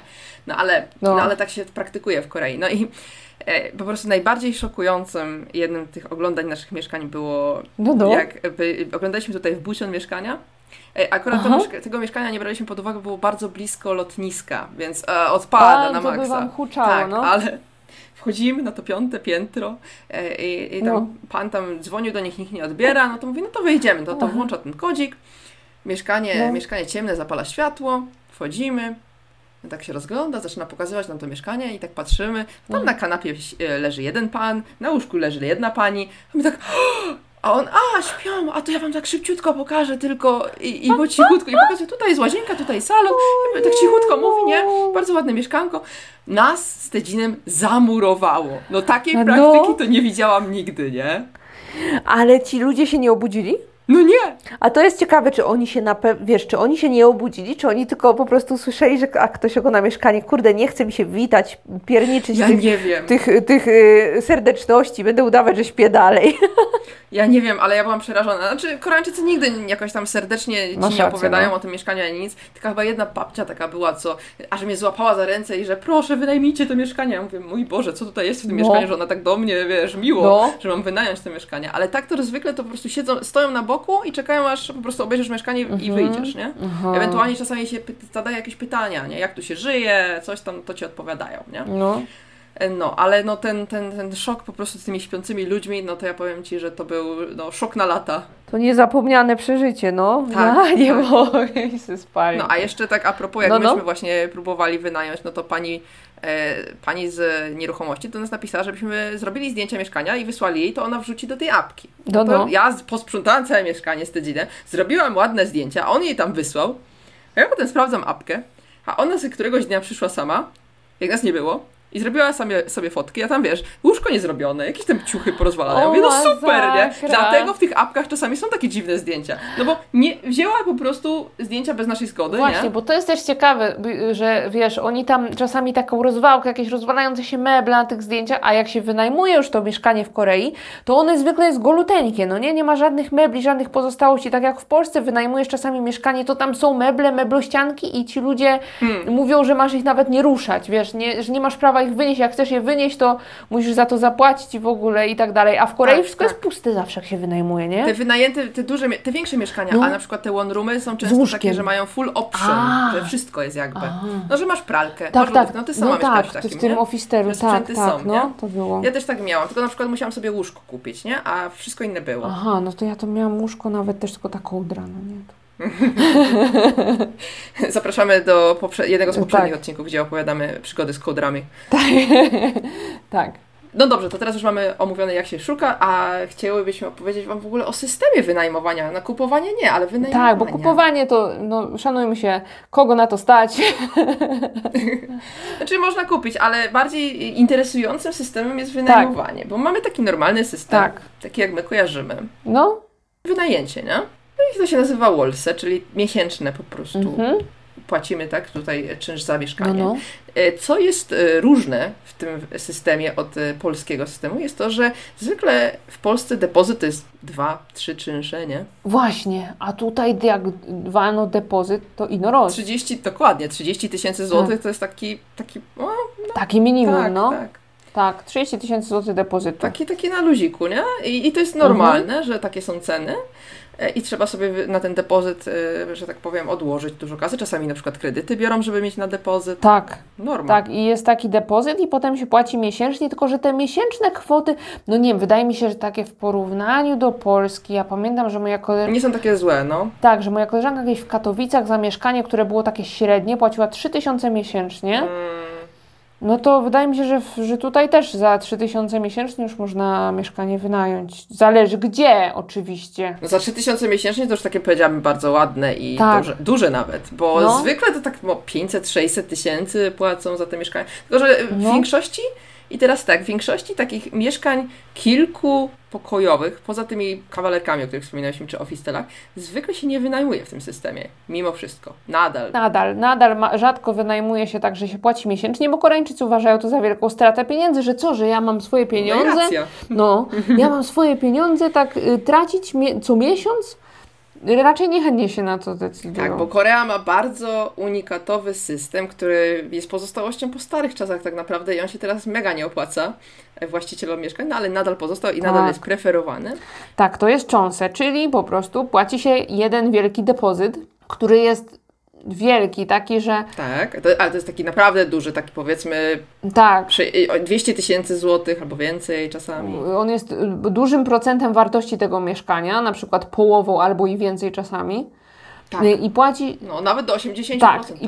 Ale tak się praktykuje w Korei. No i po prostu najbardziej szokującym jednym tych oglądań naszych mieszkań było, jak oglądaliśmy tutaj w Bucheon mieszkania. Akurat tego mieszkania nie braliśmy pod uwagę, było bardzo blisko lotniska, więc odpada na maksa. To by wam huczało, tak, ale wchodzimy na to 5. piętro i tam pan tam dzwonił do nich, nikt nie odbiera, no to mówi, no to wyjdziemy, to włącza ten kodzik, mieszkanie ciemne, zapala światło, wchodzimy, tak się rozgląda, zaczyna pokazywać nam to mieszkanie i tak patrzymy, tam na kanapie leży jeden pan, na łóżku leży jedna pani, a my tak... A on, śpią, a to ja wam tak szybciutko pokażę tylko i bo cichutko. I pokazuję, tutaj jest łazienka, tutaj salon. I tak cichutko mówi, nie? Bardzo ładne mieszkanko. Nas z Tedzinem zamurowało. No takiej praktyki to nie widziałam nigdy, nie? Ale ci ludzie się nie obudzili? No nie! A to jest ciekawe, czy oni się czy oni się nie obudzili, czy oni tylko po prostu słyszeli, że ktoś ogląda mieszkanie, kurde, nie chce mi się witać, pierniczyć tych serdeczności, będę udawać, że śpię dalej. Ja nie wiem, ale ja byłam przerażona. Znaczy, Koreańczycy nigdy jakoś tam serdecznie ci nie opowiadają o tym mieszkaniu ani nic. Tylko chyba jedna babcia taka była, aż mnie złapała za ręce i że proszę, wynajmijcie to mieszkanie. Ja mówię, mój Boże, co tutaj jest w tym mieszkaniu, że ona tak do mnie, miło, że mam wynająć to mieszkanie. Ale tak to zwykle to po prostu stoją na boku i czekają, aż po prostu obejrzysz mieszkanie i wyjdziesz, nie? Ewentualnie czasami się zadaje jakieś pytania, nie? Jak tu się żyje, coś tam, to ci odpowiadają, nie? Ale ten szok po prostu z tymi śpiącymi ludźmi, to ja powiem ci, że to był szok na lata. To niezapomniane przeżycie, Tak, nie mogę się spalić. A jeszcze tak a propos, jak myśmy właśnie próbowali wynająć, to pani z nieruchomości do nas napisała, żebyśmy zrobili zdjęcia mieszkania i wysłali jej, to ona wrzuci do tej apki. Ja posprzątałam całe mieszkanie z Tedzinem, zrobiłam ładne zdjęcia, a on jej tam wysłał, a ja potem sprawdzam apkę, a ona z któregoś dnia przyszła sama, jak nas nie było, i zrobiła sobie fotki, a tam łóżko niezrobione, jakieś tam ciuchy porozwalane. Ja mówię, super, nie? Dlatego w tych apkach czasami są takie dziwne zdjęcia. Bo nie wzięła po prostu zdjęcia bez naszej zgody, właśnie, nie? Bo to jest też ciekawe, że oni tam czasami taką rozwałkę, jakieś rozwalające się meble na tych zdjęciach, a jak się wynajmuje już to mieszkanie w Korei, to one zwykle jest goluteńkie, nie ma żadnych mebli, żadnych pozostałości. Tak jak w Polsce wynajmujesz czasami mieszkanie, to tam są meble, meblościanki i ci ludzie mówią, że masz ich nawet nie ruszać, że nie masz prawa ich wynieść, jak chcesz je wynieść, to musisz za to zapłacić i w ogóle i tak dalej, a w Korei wszystko jest puste zawsze, jak się wynajmuje, nie? Te wynajęte, te większe mieszkania, a na przykład te one roomy są często takie, że mają full option, że wszystko jest jakby. Że masz pralkę, masz lodówkę, ty sama mieszkasz w takim, w tym Office'u, to było. Ja też tak miałam, tylko na przykład musiałam sobie łóżko kupić, nie? A wszystko inne było. To ja to miałam łóżko nawet też tylko taką kołdra, nie? Zapraszamy do jednego z poprzednich odcinków, gdzie opowiadamy przygody z kołdrami. Tak. No dobrze, to teraz już mamy omówione, jak się szuka, a chciałybyśmy opowiedzieć wam w ogóle o systemie wynajmowania. Na kupowanie nie, ale wynajmowania. Tak, bo kupowanie to, szanujmy się, kogo na to stać. Znaczy można kupić, ale bardziej interesującym systemem jest wynajmowanie, bo mamy taki normalny system, taki jak my kojarzymy. Wynajęcie, nie? I to się nazywa wolse, czyli miesięczne po prostu płacimy tak tutaj czynsz za mieszkanie. No. Co jest różne w tym systemie od polskiego systemu, jest to, że zwykle w Polsce depozyt to jest 2-3 czynsze, nie? Właśnie, a tutaj jak dwa depozyt, to ino roz. 30 tysięcy złotych to jest taki Taki minimum, tak, no. tak. Tak, 30 tysięcy złotych depozytu. Taki na luziku, nie? I to jest normalne, że takie są ceny. I trzeba sobie na ten depozyt, że tak powiem, odłożyć dużo kasy. Czasami na przykład kredyty biorą, żeby mieć na depozyt. Tak. Norma. Tak, i jest taki depozyt i potem się płaci miesięcznie, tylko że te miesięczne kwoty, no nie wiem, wydaje mi się, że takie w porównaniu do Polski, ja pamiętam, że moja koleżanka... Nie są takie złe, no. Tak, że moja koleżanka gdzieś w Katowicach za mieszkanie, które było takie średnie, płaciła 3000 miesięcznie. No to wydaje mi się, że tutaj też za 3000 miesięcznie już można mieszkanie wynająć. Zależy gdzie, oczywiście. No za 3000 miesięcznie to już takie, powiedziałabym, bardzo ładne i Tak. duże nawet, bo zwykle to tak 500-600 tysięcy płacą za te mieszkania. Tylko, że w większości, i teraz tak, w większości takich mieszkań kilkupokojowych, poza tymi kawalerkami, o których wspominaliśmy, czy officelach, zwykle się nie wynajmuje w tym systemie. Mimo wszystko. Nadal Rzadko wynajmuje się tak, że się płaci miesięcznie, bo Koreańczycy uważają to za wielką stratę pieniędzy, że ja mam swoje pieniądze. No i racja. No, ja mam swoje pieniądze tak tracić co miesiąc? Raczej niechętnie się na to decydują. Tak, bo Korea ma bardzo unikatowy system, który jest pozostałością po starych czasach tak naprawdę i on się teraz mega nie opłaca właścicielom mieszkań, no ale nadal pozostał i nadal jest preferowany. Tak, to jest chonse, czyli po prostu płaci się jeden wielki depozyt, który jest wielki, taki, że... Tak, ale to jest taki naprawdę duży, taki powiedzmy... Tak. 200 tysięcy złotych albo więcej czasami. On jest dużym procentem wartości tego mieszkania, na przykład połową albo i więcej czasami. Tak. I płaci... No, nawet do 80%. Tak, i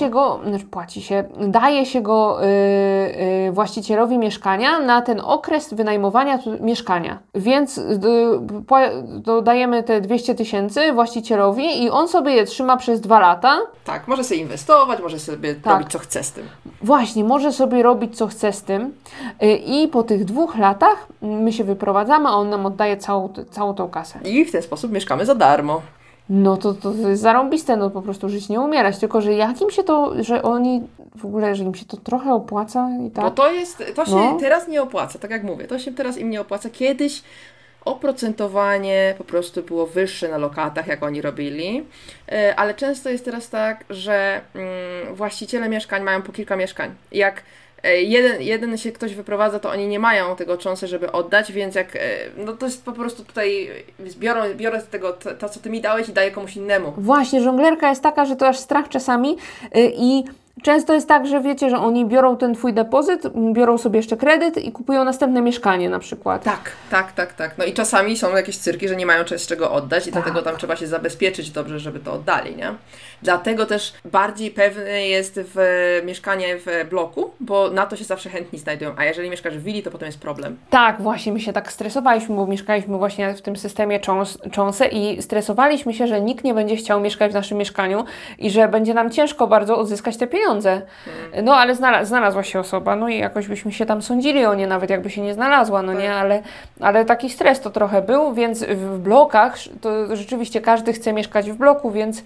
daje się go właścicielowi mieszkania na ten okres wynajmowania mieszkania. Więc dajemy te 200 tysięcy właścicielowi i on sobie je trzyma przez 2 lata. Tak, może sobie inwestować, może sobie robić co chce z tym. Właśnie, może sobie robić co chce z tym i po tych 2 latach my się wyprowadzamy, a on nam oddaje całą tą kasę. I w ten sposób mieszkamy za darmo. No to jest zarąbiste, no po prostu żyć, nie umierać, tylko że jak im się to, że oni w ogóle, że im się to trochę opłaca i tak. Bo to się teraz nie opłaca, tak jak mówię, to się teraz im nie opłaca. Kiedyś oprocentowanie po prostu było wyższe na lokatach, jak oni robili, ale często jest teraz tak, że właściciele mieszkań mają po kilka mieszkań. Jak jeden się ktoś wyprowadza, to oni nie mają tego chonse, żeby oddać, więc no to jest po prostu tutaj biorę z tego to, co ty mi dałeś i daję komuś innemu. Właśnie, żonglerka jest taka, że to aż strach czasami i często jest tak, że wiecie, że oni biorą ten twój depozyt, biorą sobie jeszcze kredyt i kupują następne mieszkanie na przykład. Tak. No i czasami są jakieś cyrki, że nie mają z czego oddać i dlatego tam trzeba się zabezpieczyć dobrze, żeby to oddali, nie? Dlatego też bardziej pewne jest mieszkanie w bloku, bo na to się zawsze chętni znajdują, a jeżeli mieszkasz w willi, to potem jest problem. Tak, właśnie my się tak stresowaliśmy, bo mieszkaliśmy właśnie w tym systemie chonse i stresowaliśmy się, że nikt nie będzie chciał mieszkać w naszym mieszkaniu i że będzie nam ciężko bardzo odzyskać te pieniądze. No ale znalazła się osoba, no i jakoś byśmy się tam sądzili o nie, nawet jakby się nie znalazła, no nie, ale taki stres to trochę był, więc w blokach to rzeczywiście każdy chce mieszkać w bloku, więc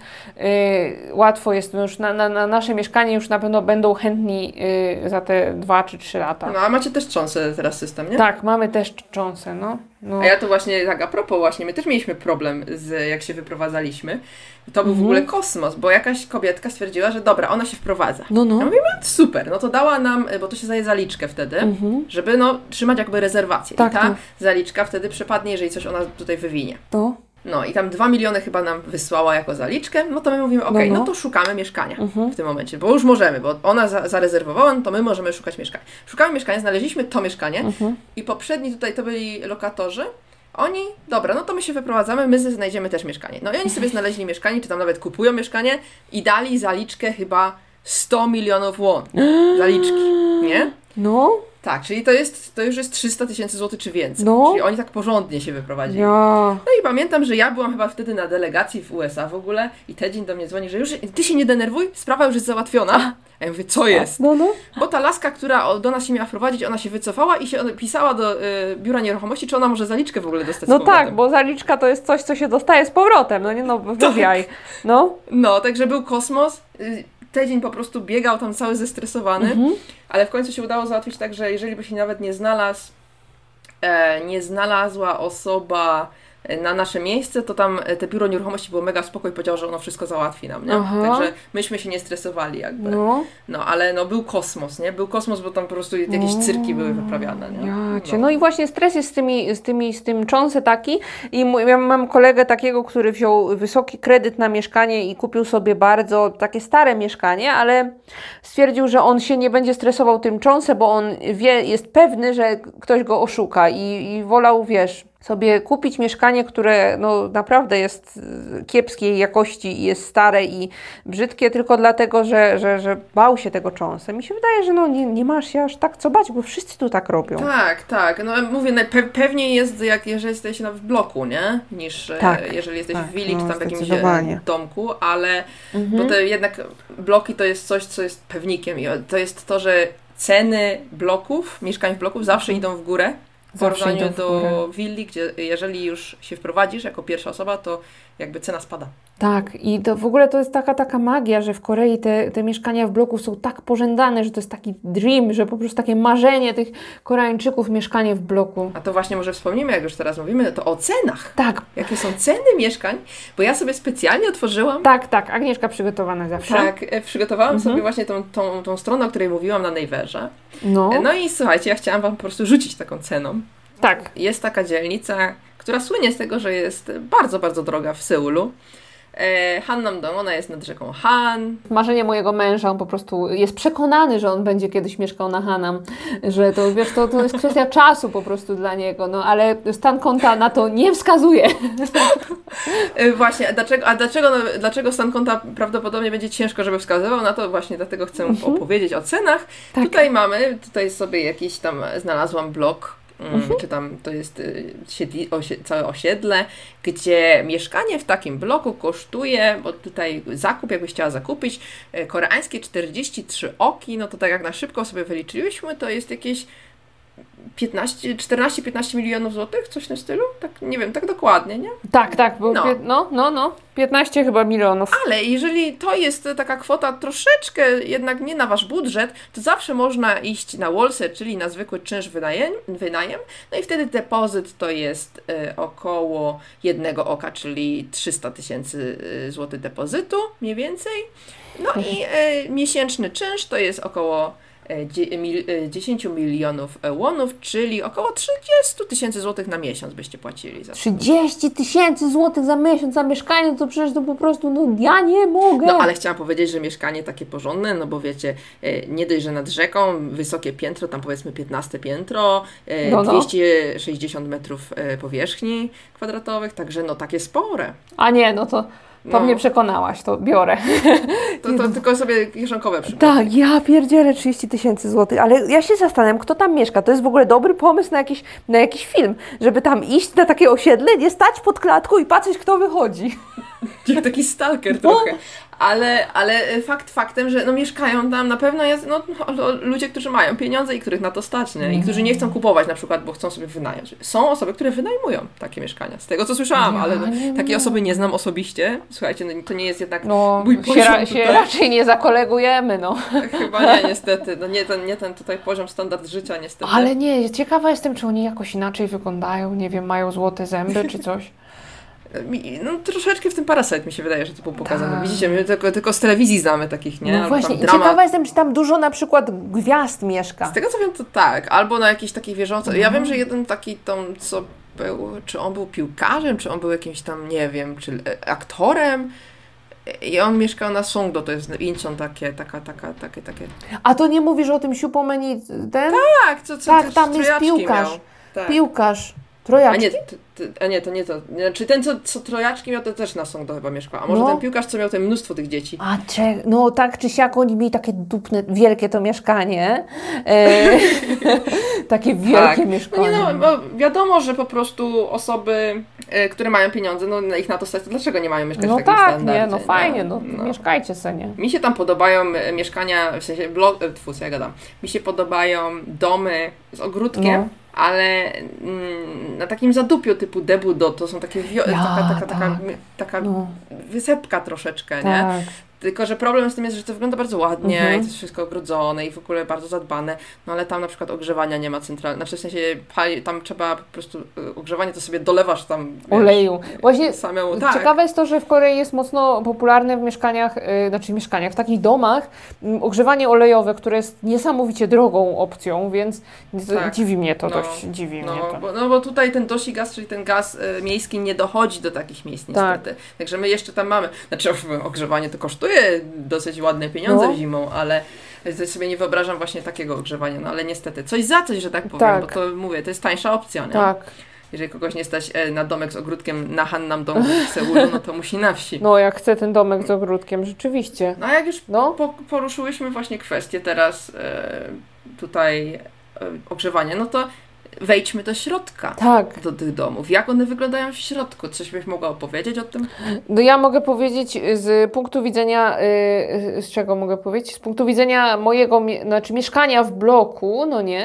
łatwo jest, no już na nasze mieszkanie już na pewno będą chętni za te 2 czy 3 lata. No a macie też chonse teraz system, nie? Tak, mamy też chonse, no. A ja to właśnie, tak a propos właśnie, my też mieliśmy problem jak się wyprowadzalić,my. To był w ogóle kosmos, bo jakaś kobietka stwierdziła, że dobra, ona się wprowadza. No. Ja mówię, super, no to dała nam, bo to się daje zaliczkę wtedy, żeby trzymać jakby rezerwację. Tak, i ta zaliczka wtedy przepadnie, jeżeli coś ona tutaj wywinie. No i tam 2 miliony chyba nam wysłała jako zaliczkę, no to my mówimy, no to szukamy mieszkania w tym momencie, bo już możemy, bo ona zarezerwowała, no to my możemy szukać mieszkania. Szukamy mieszkania, znaleźliśmy to mieszkanie i poprzedni tutaj to byli lokatorzy, oni, dobra, no to my się wyprowadzamy, my znajdziemy też mieszkanie. No i oni sobie znaleźli mieszkanie, czy tam nawet kupują mieszkanie i dali zaliczkę chyba 100 milionów won. Zaliczki, nie? No. Tak, czyli to już jest 300 tysięcy złotych czy więcej. No. Czyli oni tak porządnie się wyprowadzili. Ja. No i pamiętam, że ja byłam chyba wtedy na delegacji w USA w ogóle i Tedzin do mnie dzwoni, że już ty się nie denerwuj, sprawa już jest załatwiona, A ja mówię, co jest? No. Bo ta laska, która do nas się miała wprowadzić, ona się wycofała i się pisała do biura nieruchomości, czy ona może zaliczkę w ogóle dostać No z powrotem. tak, bo zaliczka to jest coś, co się dostaje z powrotem, no nie no, wywiaj. No. No, także był kosmos. Tydzień po prostu biegał tam cały zestresowany, ale w końcu się udało załatwić tak, że jeżeli by się nawet nie znalazła osoba na nasze miejsce, to tam te biuro nieruchomości było mega spoko i powiedział, że ono wszystko załatwi nam, nie? Także myśmy się nie stresowali jakby. No, ale no był kosmos, nie? Był kosmos, bo tam po prostu jakieś cyrki były wyprawiane, nie? No i właśnie stres jest z tym cząsem taki i ja mam kolegę takiego, który wziął wysoki kredyt na mieszkanie i kupił sobie bardzo takie stare mieszkanie, ale stwierdził, że on się nie będzie stresował tym cząsem, bo on jest pewny, że ktoś go oszuka i wolał, sobie kupić mieszkanie, które no, naprawdę jest kiepskiej jakości i jest stare i brzydkie tylko dlatego, że bał się tego cząsa. Mi się wydaje, że no, nie masz się aż tak co bać, bo wszyscy tu tak robią. Tak. No mówię, pewniej jest, jeżeli jesteś w bloku, nie? Niż jeżeli jesteś w willi, czy tam w jakimś domku, ale bo to jednak bloki to jest coś, co jest pewnikiem i to jest to, że ceny bloków, mieszkań w bloku zawsze idą w górę. W porównaniu do willi, gdzie jeżeli już się wprowadzisz jako pierwsza osoba, to jakby cena spada. Tak, i to w ogóle to jest taka magia, że w Korei te mieszkania w bloku są tak pożądane, że to jest taki dream, że po prostu takie marzenie tych Koreańczyków, mieszkanie w bloku. A to właśnie może wspomnimy, jak już teraz mówimy, to o cenach. Tak. Jakie są ceny mieszkań, bo ja sobie specjalnie otworzyłam. Tak, Agnieszka przygotowana zawsze. Tak, przygotowałam sobie właśnie tą stronę, o której mówiłam na Naverze. No i słuchajcie, ja chciałam Wam po prostu rzucić taką ceną. Tak. Jest taka dzielnica, która słynie z tego, że jest bardzo, bardzo droga w Seulu. Hannam-dong, ona jest nad rzeką Han. Marzenie mojego męża, on po prostu jest przekonany, że on będzie kiedyś mieszkał na Hanam, że to jest kwestia czasu po prostu dla niego, no ale stan konta na to nie wskazuje. Właśnie, dlaczego stan konta prawdopodobnie będzie ciężko, żeby wskazywał na to, właśnie dlatego chcę opowiedzieć o cenach. Tak. Tutaj sobie jakiś tam znalazłam blog, czy tam to jest całe osiedle, gdzie mieszkanie w takim bloku kosztuje, bo tutaj zakup, jakbyś chciała zakupić, koreańskie 43 oki, no to tak jak na szybko sobie wyliczyliśmy, to jest jakieś 14-15 milionów złotych, coś w tym stylu? Tak, nie wiem, tak dokładnie, nie? Tak, bo 15 chyba milionów. Ale jeżeli to jest taka kwota troszeczkę jednak nie na Wasz budżet, to zawsze można iść na wallset, czyli na zwykły czynsz wynajem, no i wtedy depozyt to jest około jednego oka, czyli 300 tysięcy złotych depozytu, mniej więcej. No i miesięczny czynsz to jest około 10 milionów wonów, czyli około 30 tysięcy złotych na miesiąc byście płacili za to. 30 tysięcy złotych za miesiąc za mieszkanie, to przecież to po prostu, no ja nie mogę. No ale chciałam powiedzieć, że mieszkanie takie porządne, no bo wiecie, nie dość, że nad rzeką, wysokie piętro, tam powiedzmy 15 piętro, 260 metrów powierzchni kwadratowych, także no takie spore. A nie, no to mnie przekonałaś, to biorę. To tylko sobie kieszonkowe przypomnę. Tak, ja pierdzielę 30 tysięcy złotych, ale ja się zastanawiam, kto tam mieszka. To jest w ogóle dobry pomysł na jakiś film, żeby tam iść na takie osiedle, nie stać pod klatką i patrzeć, kto wychodzi. Jak taki stalker trochę. Ale faktem, że mieszkają tam na pewno jest ludzie, którzy mają pieniądze i których na to stać, nie? I którzy nie chcą kupować na przykład, bo chcą sobie wynająć. Są osoby, które wynajmują takie mieszkania. Z tego, co słyszałam, ale takie osoby nie znam osobiście. Słuchajcie, to nie jest jednak mój poziom się raczej nie zakolegujemy, Chyba nie, niestety. Nie ten tutaj poziom, standard życia, niestety. Ale nie, ciekawa jestem, czy oni jakoś inaczej wyglądają, nie wiem, mają złote zęby, czy coś. Troszeczkę w tym Parasite mi się wydaje, że to było pokazane. Tak. Widzicie, my tylko z telewizji znamy takich, nie? No właśnie, ciekawa jestem, czy tam dużo na przykład gwiazd mieszka. Z tego co wiem, to tak. Albo na jakichś takich wierzących. Ja wiem, że jeden taki tam, co był, czy on był piłkarzem, czy on był jakimś tam, nie wiem, czy aktorem. I on mieszkał na Songdo, to jest Incheon, takie. A to nie mówisz o tym Siupomeni, ten? Tak, tak, tam jest piłkarz. Tak. Piłkarz. Trojaczki? To nie to. Znaczy ten, co trojaczki miał, to też na Songdo chyba mieszkał. A może ten piłkarz, co miał mnóstwo tych dzieci. Tak czy siak oni mieli takie dupne, wielkie to mieszkanie. Takie wielkie mieszkanie. No nie, no, bo wiadomo, że po prostu osoby, które mają pieniądze, no ich na to stać, to dlaczego nie mają mieszkać w takim standardzie? No fajnie, no mieszkajcie sobie, nie? Mi się tam podobają mieszkania, w sensie, co ja gadam, mi się podobają domy z ogródkiem, ale na takim zadupiu typu Debudo, to są takie taka wysepka troszeczkę, nie? Tylko, że problem z tym jest, że to wygląda bardzo ładnie i to jest wszystko ogrodzone i w ogóle bardzo zadbane, no ale tam na przykład ogrzewania nie ma centralnego, znaczy w sensie tam trzeba po prostu ogrzewanie, to sobie dolewasz tam oleju. Właśnie samemu, ciekawe jest to, że w Korei jest mocno popularne w mieszkaniach, w takich domach ogrzewanie olejowe, które jest niesamowicie drogą opcją, więc dziwi mnie to dość, dziwi mnie to. Bo tutaj ten doshi gas, czyli ten gaz miejski nie dochodzi do takich miejsc niestety. Także my jeszcze tam mamy, znaczy ogrzewanie to kosztuje dosyć ładne pieniądze zimą, ale sobie nie wyobrażam właśnie takiego ogrzewania, no ale niestety coś za coś, że tak powiem, bo to mówię, to jest tańsza opcja, nie? Tak. Jeżeli kogoś nie stać na domek z ogródkiem na Hannam Dong w Seulu, no to musi na wsi. No jak chce ten domek z ogródkiem, rzeczywiście. No a jak już poruszyłyśmy właśnie kwestię teraz tutaj ogrzewania, no to wejdźmy do środka, do tych domów. Jak one wyglądają w środku? Coś byś mogła opowiedzieć o tym? No ja mogę powiedzieć z punktu widzenia, z czego mogę powiedzieć? Z punktu widzenia mojego, mieszkania w bloku,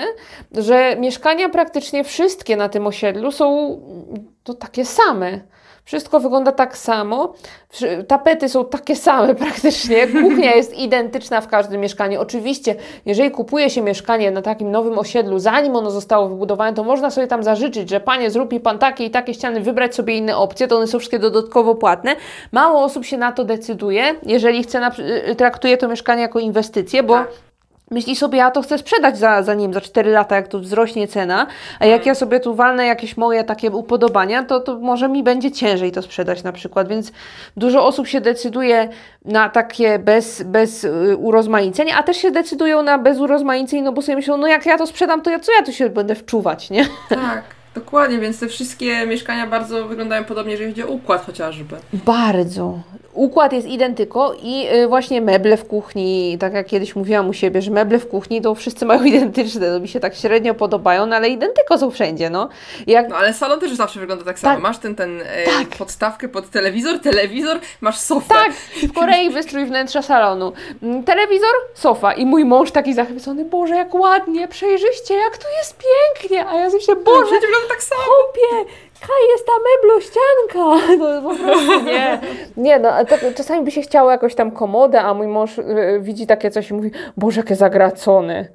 że mieszkania praktycznie wszystkie na tym osiedlu są to takie same. Wszystko wygląda tak samo, tapety są takie same praktycznie, kuchnia jest identyczna w każdym mieszkaniu. Oczywiście, jeżeli kupuje się mieszkanie na takim nowym osiedlu, zanim ono zostało wybudowane, to można sobie tam zażyczyć, że panie, zrób mi pan takie i takie ściany, wybrać sobie inne opcje, to one są wszystkie dodatkowo płatne. Mało osób się na to decyduje, jeżeli traktuje to mieszkanie jako inwestycję, bo myśli sobie, ja to chcę sprzedać za 4 lata, jak tu wzrośnie cena, a jak ja sobie tu walnę jakieś moje takie upodobania, to może mi będzie ciężej to sprzedać na przykład, więc dużo osób się decyduje na takie bez urozmaiceń, a też się decydują na bez urozmaiceń, bo sobie myślą, jak ja to sprzedam, to co ja tu się będę wczuwać, nie? Tak. Dokładnie, więc te wszystkie mieszkania bardzo wyglądają podobnie, jeżeli chodzi o układ chociażby. Bardzo. Układ jest identyko i właśnie meble w kuchni, tak jak kiedyś mówiłam u siebie, że meble w kuchni to wszyscy mają identyczne, to mi się tak średnio podobają, ale identyko są wszędzie, No ale salon też zawsze wygląda tak samo. Masz ten podstawkę pod telewizor, masz sofę. Tak, w Korei wystrój wnętrza salonu. Telewizor, sofa i mój mąż taki zachwycony, Boże, jak ładnie, przejrzyście, jak tu jest pięknie, a ja sobie myślę, Boże, wygląda tak samo. Chłopie, jest ta meblościanka. No po prostu nie, czasami by się chciało jakoś tam komodę, a mój mąż widzi takie coś i mówi, Boże, jakie zagracone.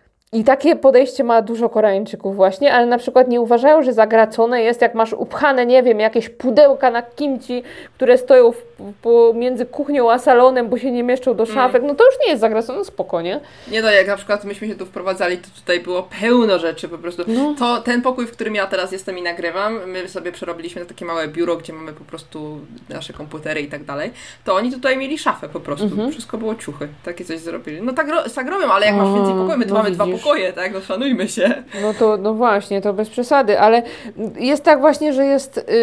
I takie podejście ma dużo Koreańczyków właśnie, ale na przykład nie uważają, że zagracone jest, jak masz upchane, nie wiem, jakieś pudełka na kimchi, które stoją pomiędzy kuchnią a salonem, bo się nie mieszczą do szafek, to już nie jest zagracone, spokojnie. Nie, jak na przykład myśmy się tu wprowadzali, to tutaj było pełno rzeczy po prostu. To ten pokój, w którym ja teraz jestem i nagrywam, my sobie przerobiliśmy na takie małe biuro, gdzie mamy po prostu nasze komputery i tak dalej, to oni tutaj mieli szafę po prostu. Wszystko było ciuchy. Takie coś zrobili. No tak robią, ale jak masz więcej pokoju, my tu mamy 2 pokoje, tak? Szanujmy się. No właśnie, to bez przesady, ale jest tak właśnie, że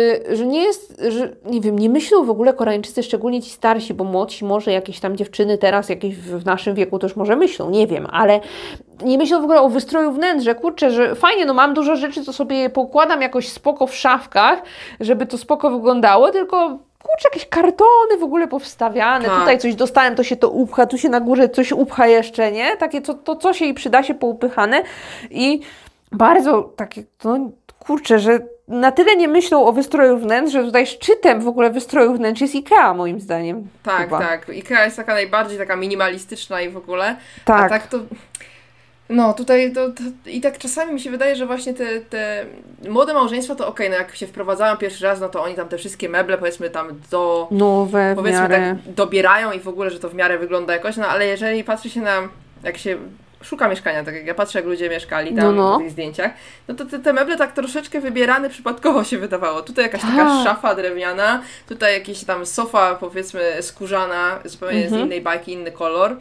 nie myślą w ogóle Koreańczycy, szczególnie ci starsi, bo młodsi może jakieś tam dziewczyny teraz, jakieś w naszym wieku to już może myślą, nie wiem, ale nie myślą w ogóle o wystroju wnętrza, kurczę, że fajnie, mam dużo rzeczy, to sobie je poukładam jakoś spoko w szafkach, żeby to spoko wyglądało, tylko jakieś kartony w ogóle powstawiane, tutaj coś dostałem, to się to upcha, tu się na górze coś upcha jeszcze, nie? Takie co się i przyda się poupychane i bardzo takie, kurczę, że na tyle nie myślą o wystroju wnętrz, że tutaj szczytem w ogóle wystroju wnętrz jest IKEA moim zdaniem. Tak. IKEA jest taka najbardziej taka minimalistyczna i w ogóle, tak. A tak to... tutaj i tak czasami mi się wydaje, że właśnie te młode małżeństwa to okej, jak się wprowadzają pierwszy raz, to oni tam te wszystkie meble powiedzmy tam nowe powiedzmy tak dobierają i w ogóle, że to w miarę wygląda jakoś, ale jeżeli patrzy się na, jak się szuka mieszkania, tak jak ja patrzę, jak ludzie mieszkali tam w tych zdjęciach, to te meble tak troszeczkę wybierane przypadkowo się wydawało. Tutaj jakaś taka szafa drewniana, tutaj jakieś tam sofa powiedzmy skórzana, zupełnie z innej bajki, inny kolor.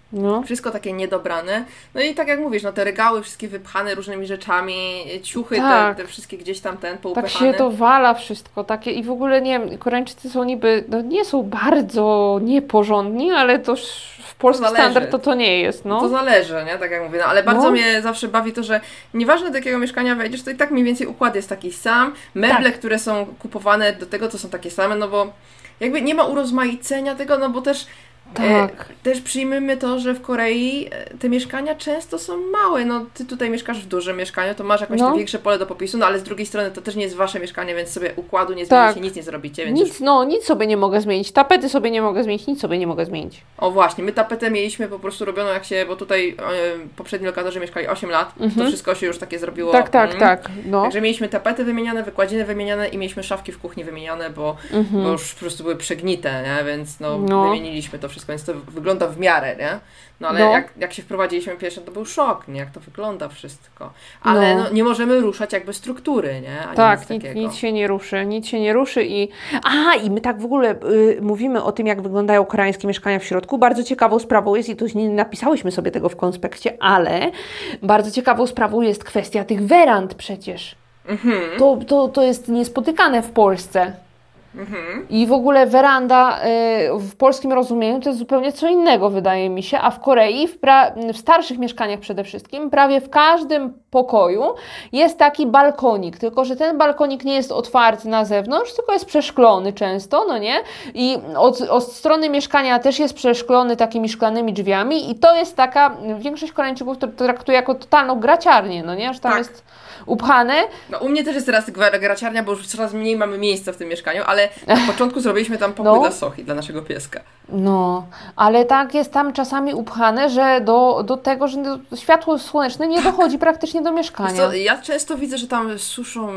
No. Wszystko takie niedobrane. No i tak jak mówisz, no te regały wszystkie wypchane różnymi rzeczami, ciuchy Tak. te wszystkie gdzieś tam Tak poupychane. się to wala wszystko, takie i w ogóle nie wiem, Koreańczycy są niby, no nie są bardzo nieporządni, ale to w polski zależy. standard to nie jest, no. To zależy, nie? Tak jak mówię, no ale bardzo No. mnie zawsze bawi to, że nieważne do jakiego mieszkania wejdziesz, to i tak mniej więcej układ jest taki sam, meble, Tak. które są kupowane do tego, to są takie same, no bo jakby nie ma urozmaicenia tego, no bo też Tak. też przyjmijmy to, że w Korei te mieszkania często są małe. No ty tutaj mieszkasz w dużym mieszkaniu, to masz jakieś No. to większe pole do popisu, no ale z drugiej strony to też nie jest wasze mieszkanie, więc sobie układu nie Tak. zmienicie, nic nie zrobicie, więc już... Nic sobie nie mogę zmienić, tapety sobie nie mogę zmienić, nic sobie nie mogę zmienić. O właśnie, my tapetę mieliśmy po prostu robioną jak się, bo tutaj poprzedni lokatorzy mieszkali 8 lat, to wszystko się już takie zrobiło. Tak, no. Także mieliśmy tapety wymieniane, wykładziny wymieniane i mieliśmy szafki w kuchni wymieniane, bo już po prostu były przegnite, nie? Więc wymieniliśmy to wszystko, więc to wygląda w miarę, nie? No ale No. jak się wprowadziliśmy pierwsze, to był szok, nie? Jak to wygląda wszystko. Ale nie możemy ruszać jakby struktury, nie? Ani Tak, nic takiego. nic się nie ruszy i... Aha, i my tak w ogóle mówimy o tym, jak wyglądają koreańskie mieszkania w środku. Bardzo ciekawą sprawą jest, i tu nie napisałyśmy sobie tego w konspekcie, ale bardzo ciekawą sprawą jest kwestia tych werand przecież. To jest niespotykane w Polsce. I w ogóle weranda w polskim rozumieniu to jest zupełnie co innego, wydaje mi się, a w Korei, w starszych mieszkaniach przede wszystkim, prawie w każdym pokoju jest taki balkonik, tylko że ten balkonik nie jest otwarty na zewnątrz, tylko jest przeszklony często, no nie? I od strony mieszkania też jest przeszklony takimi szklanymi drzwiami i to jest taka, większość Koreańczyków to traktuje jako totalną graciarnię, no nie? Że tam jest upchane. No u mnie też jest teraz graciarnia, bo już coraz mniej mamy miejsca w tym mieszkaniu, ale na początku zrobiliśmy tam pokój dla Sochi, dla naszego pieska. No, ale tak jest tam czasami upchane, że do tego, że światło słoneczne nie dochodzi praktycznie do mieszkania. Co, ja często widzę, że tam suszą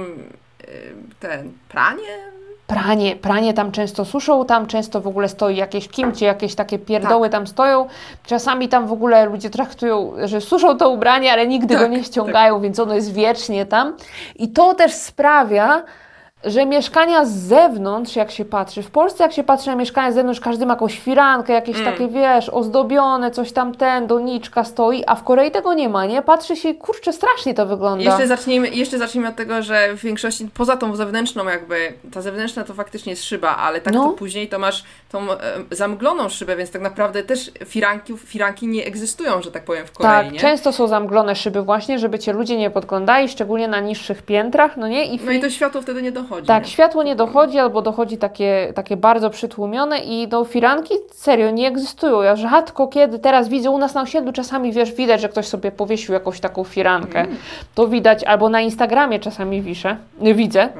pranie. Pranie tam często suszą, tam często w ogóle stoi jakieś kimchi, jakieś takie pierdoły tam stoją. Czasami tam w ogóle ludzie traktują, że suszą to ubranie, ale nigdy go nie ściągają, więc ono jest wiecznie tam. I to też sprawia, że mieszkania z zewnątrz, jak się patrzy, w Polsce jak się patrzy na mieszkania z zewnątrz, każdy ma jakąś firankę, jakieś takie, wiesz, ozdobione, coś tam doniczka stoi, a w Korei tego nie ma, nie? Patrzy się, kurczę, strasznie to wygląda. Jeszcze zacznijmy od tego, że w większości, poza tą zewnętrzną jakby, ta zewnętrzna to faktycznie jest szyba, ale tak to później to masz tą zamgloną szybę, więc tak naprawdę też firanki nie egzystują, że tak powiem, w Korei, tak, nie? często są zamglone szyby właśnie, żeby cię ludzie nie podglądali, szczególnie na niższych piętrach, no nie? No i to światło wtedy nie dochodzi. Tak, nie? światło nie dochodzi, albo dochodzi takie bardzo przytłumione i firanki serio nie egzystują. Ja rzadko kiedy teraz widzę u nas na osiedlu, czasami wiesz, widać, że ktoś sobie powiesił jakąś taką firankę. To widać, albo na Instagramie czasami widzę.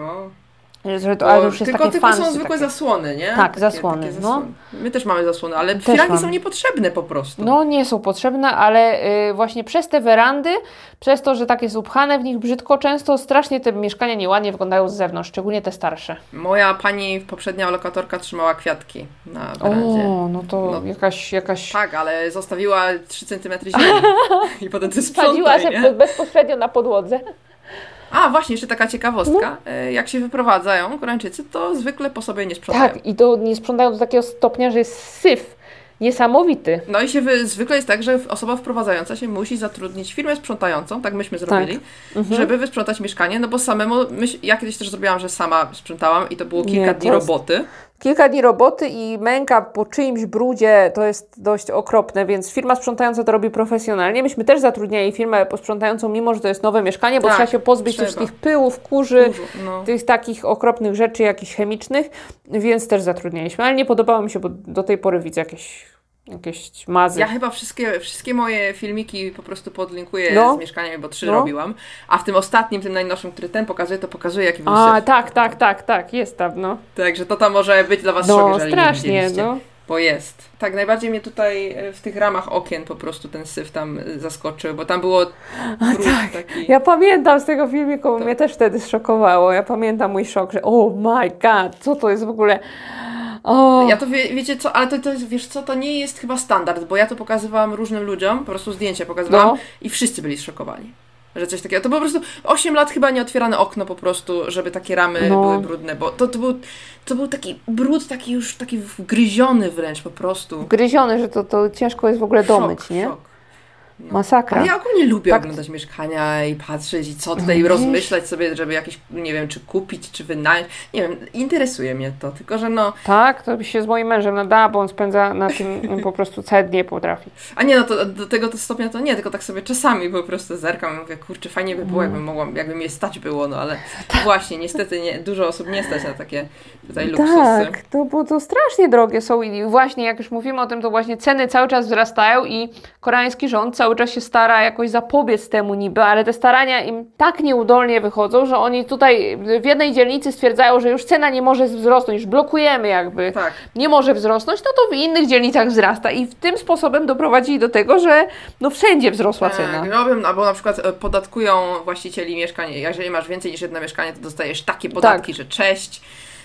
Że to już jest tylko fancy, są zwykłe zasłony, nie? Tak, zasłony. zasłony. My też mamy zasłony, ale firanki są niepotrzebne po prostu. No nie są potrzebne, ale właśnie przez te werandy, przez to, że tak jest upchane w nich brzydko, często strasznie te mieszkania nieładnie wyglądają z zewnątrz, szczególnie te starsze. Moja pani, poprzednia lokatorka, trzymała kwiatki na werandzie. No to jakaś... Tak, ale zostawiła 3 cm ziemi i potem to sprzątaj, Sadziła się bezpośrednio na podłodze. A, właśnie, jeszcze taka ciekawostka. Jak się wyprowadzają Koreańczycy, to zwykle po sobie nie sprzątają. Tak, i to nie sprzątają do takiego stopnia, że jest syf niesamowity. No i zwykle jest tak, że osoba wprowadzająca się musi zatrudnić firmę sprzątającą, tak myśmy zrobili, żeby wysprzątać mieszkanie, no bo samemu, ja kiedyś też zrobiłam, że sama sprzątałam i to było kilka dni roboty. Kilka dni roboty i męka po czyimś brudzie to jest dość okropne, więc firma sprzątająca to robi profesjonalnie. Myśmy też zatrudniali firmę posprzątającą, mimo że to jest nowe mieszkanie, bo trzeba się pozbyć tych wszystkich pyłów, kurzy, tych takich okropnych rzeczy jakichś chemicznych, więc też zatrudnialiśmy. Ale nie podobało mi się, bo do tej pory widzę jakieś mazy. Ja chyba wszystkie moje filmiki po prostu podlinkuję z mieszkaniami, bo 3 robiłam, a w tym ostatnim, tym najnowszym, który to pokazuje jaki był syf. Tak, jest tam, Także to tam może być dla Was szok, jeżeli strasznie, nie widzieliście. Bo jest. Tak, najbardziej mnie tutaj w tych ramach okien po prostu ten syf tam zaskoczył, bo tam było taki... Ja pamiętam z tego filmiku, mnie też wtedy zszokowało. Ja pamiętam mój szok, że oh my god, co to jest w ogóle... Ja to wiecie co, ale to wiesz co, to nie jest chyba standard, bo ja to pokazywałam różnym ludziom, po prostu zdjęcia pokazywałam i wszyscy byli zszokowani. Że coś takiego. To po prostu 8 lat chyba nie otwierane okno po prostu, żeby takie ramy były brudne, bo to był taki brud, taki już taki wgryziony wręcz po prostu. Wgryziony, że to ciężko jest w ogóle domyć, nie? Szok. No. Masakra. Ale ja ogólnie lubię oglądać mieszkania i patrzeć i co tutaj rozmyślać sobie, żeby jakieś, nie wiem, czy kupić, czy wynająć. Nie wiem, interesuje mnie to, tylko że Tak, to by się z moim mężem nadała, bo on spędza na tym po prostu całe dnie potrafi. A nie, to do tego stopnia to nie, tylko tak sobie czasami po prostu zerkam i mówię, kurczę, fajnie by było, jakby mnie stać było, ale właśnie, niestety dużo osób nie stać na takie tutaj luksusy. Tak, bo to strasznie drogie są i właśnie jak już mówimy o tym, to właśnie ceny cały czas wzrastają i koreański rząd cały czas się stara jakoś zapobiec temu niby, ale te starania im tak nieudolnie wychodzą, że oni tutaj w jednej dzielnicy stwierdzają, że już cena nie może wzrosnąć, już blokujemy jakby, nie może wzrosnąć, no to w innych dzielnicach wzrasta i w tym sposobem doprowadzili do tego, że wszędzie wzrosła cena. Robią, albo na przykład podatkują właścicieli mieszkań, jeżeli masz więcej niż jedno mieszkanie, to dostajesz takie podatki, że cześć.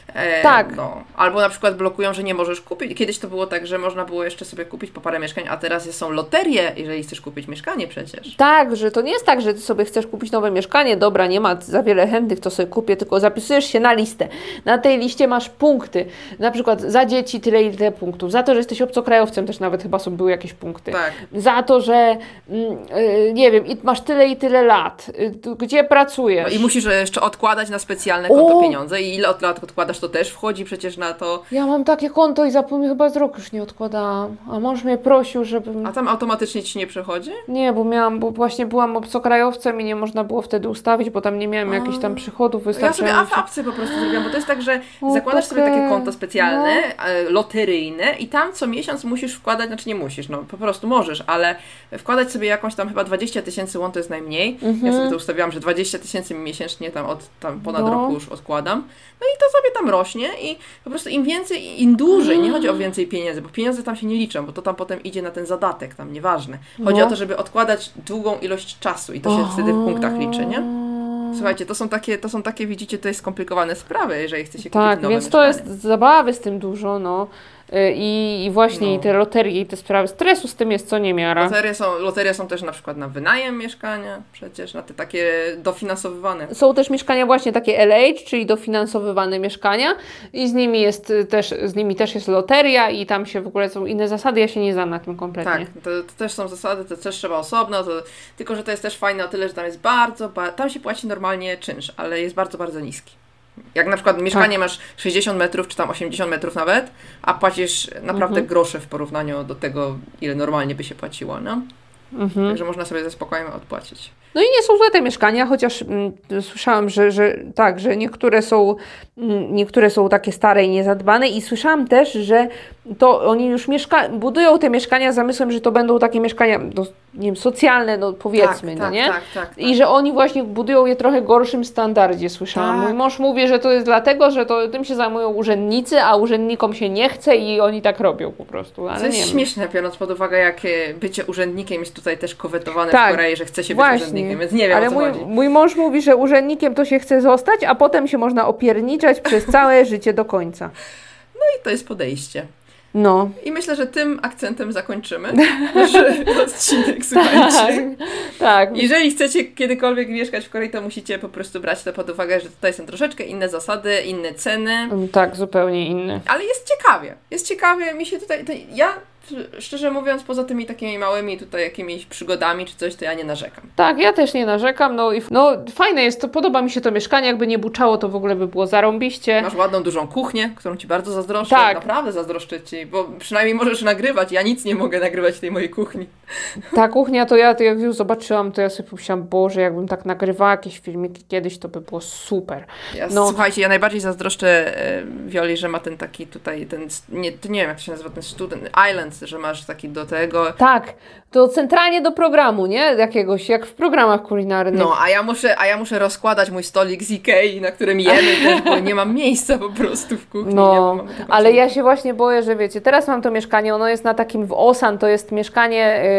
Albo na przykład blokują, że nie możesz kupić. Kiedyś to było tak, że można było jeszcze sobie kupić po parę mieszkań, a teraz są loterie, jeżeli chcesz kupić mieszkanie przecież. Tak, że to nie jest tak, że ty sobie chcesz kupić nowe mieszkanie, dobra, nie ma za wiele chętnych, to sobie kupię, tylko zapisujesz się na listę. Na tej liście masz punkty, na przykład za dzieci tyle i tyle punktów, za to, że jesteś obcokrajowcem też nawet chyba były jakieś punkty. Tak. Za to, że nie wiem, masz tyle i tyle lat, gdzie pracujesz. No i musisz jeszcze odkładać na specjalne konto pieniądze i ile od lat odkładasz, to też wchodzi przecież na to. Ja mam takie konto i zapomnę, chyba z rok już nie odkładałam. A mąż mnie prosił, żebym... A tam automatycznie ci nie przechodzi? Nie, bo właśnie byłam obcokrajowcem i nie można było wtedy ustawić, bo tam nie miałem jakichś tam przychodów wystarczających. Ja sobie apce po prostu zrobiłam, bo to jest tak, że zakładasz sobie takie konto specjalne, loteryjne i tam co miesiąc musisz wkładać, znaczy nie musisz, po prostu możesz, ale wkładać sobie jakąś tam chyba 20 000 won to jest najmniej. Ja sobie to ustawiłam, że 20 000 miesięcznie tam od ponad roku już odkładam. No i to sobie tam rośnie i po prostu im więcej, im dłużej, nie chodzi o więcej pieniędzy, bo pieniądze tam się nie liczą, bo to tam potem idzie na ten zadatek, tam nieważne. Chodzi o to, żeby odkładać długą ilość czasu i to się wtedy w punktach liczy, nie? Słuchajcie, to są takie, widzicie, to jest skomplikowane sprawy, jeżeli chcecie kupić nowe więc mieszkanie. to jest zabawy z tym dużo, I właśnie i te loterie i te sprawy stresu z tym jest co niemiara. Loterie są też na przykład na wynajem mieszkania, przecież na te takie dofinansowywane. Są też mieszkania właśnie takie LH, czyli dofinansowywane mieszkania i z nimi też jest loteria i tam się w ogóle są inne zasady, ja się nie znam na tym kompletnie. Tak, to też są zasady, to też trzeba osobno, tylko że to jest też fajne o tyle, że tam jest tam się płaci normalnie czynsz, ale jest bardzo, bardzo niski. Jak na przykład mieszkanie masz 60 metrów, czy tam 80 metrów nawet, a płacisz naprawdę grosze w porównaniu do tego, ile normalnie by się płaciło, no? Także można sobie ze spokojem odpłacić. No i nie są złe te mieszkania, chociaż słyszałam, że niektóre są takie stare i niezadbane i słyszałam też, że to oni już budują te mieszkania z zamysłem, że to będą takie mieszkania, nie wiem, socjalne, powiedzmy, nie? Tak. I że oni właśnie budują je trochę gorszym standardzie, słyszałam. Mój mąż mówi, że to jest dlatego, że tym się zajmują urzędnicy, a urzędnikom się nie chce i oni tak robią po prostu. Ale to jest śmieszne, biorąc pod uwagę, jak bycie urzędnikiem jest tutaj też kowetowane w Korei, że chce się być urzędnikiem, więc nie wiem, ale o co chodzi. Mój mąż mówi, że urzędnikiem to się chce zostać, a potem się można opierniczać przez całe życie do końca. No i to jest podejście. No. I myślę, że tym akcentem zakończymy nasz odcinek, słuchajcie. Tak. Jeżeli chcecie kiedykolwiek mieszkać w Korei, to musicie po prostu brać to pod uwagę, że tutaj są troszeczkę inne zasady, inne ceny. Tak, zupełnie inne. Ale jest ciekawie. Mi się tutaj ja szczerze mówiąc, poza tymi takimi małymi tutaj jakimiś przygodami czy coś, to ja nie narzekam. Tak, ja też nie narzekam, fajne jest to, podoba mi się to mieszkanie, jakby nie buczało, to w ogóle by było zarąbiście. Masz ładną, dużą kuchnię, którą Ci bardzo zazdroszczę, naprawdę zazdroszczę Ci, bo przynajmniej możesz nagrywać, ja nic nie mogę nagrywać w tej mojej kuchni. Ta kuchnia, to jak już zobaczyłam, to ja sobie pomyślałam, Boże, jakbym tak nagrywała jakieś filmiki kiedyś, to by było super. Słuchajcie, ja najbardziej zazdroszczę Wioli, że ma ten taki tutaj, nie wiem jak to się nazywa, ten student island, że masz taki do tego. Tak, to centralnie do programu, nie? Jakiegoś, jak w programach kulinarnych. No, a ja muszę rozkładać mój stolik z Ikei, na którym jemy też, bo nie mam miejsca po prostu w kuchni. Ale ja się właśnie boję, że wiecie, teraz mam to mieszkanie, ono jest na takim w Osan, to jest mieszkanie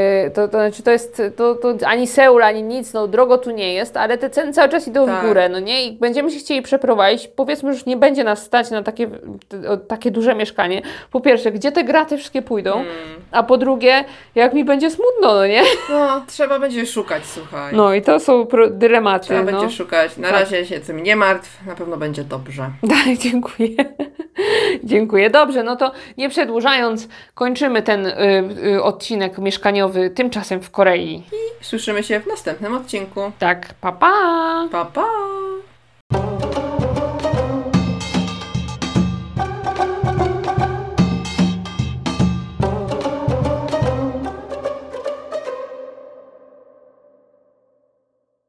to znaczy to jest to ani Seul, ani nic, no drogo tu nie jest, ale te ceny cały czas idą w górę, no nie? I będziemy się chcieli przeprowadzić, powiedzmy, że już nie będzie nas stać na takie duże mieszkanie. Po pierwsze, gdzie te graty wszystkie pójdą, a po drugie, jak mi będzie smutno, no nie? No, trzeba będzie szukać, słuchaj. No i to są dylematy. Trzeba będzie szukać. Na razie się tym nie martw, na pewno będzie dobrze. Tak, dziękuję. Dziękuję. Dobrze, no to nie przedłużając, kończymy ten odcinek mieszkaniowy tymczasem w Korei. I słyszymy się w następnym odcinku. Tak, pa pa! Pa, pa!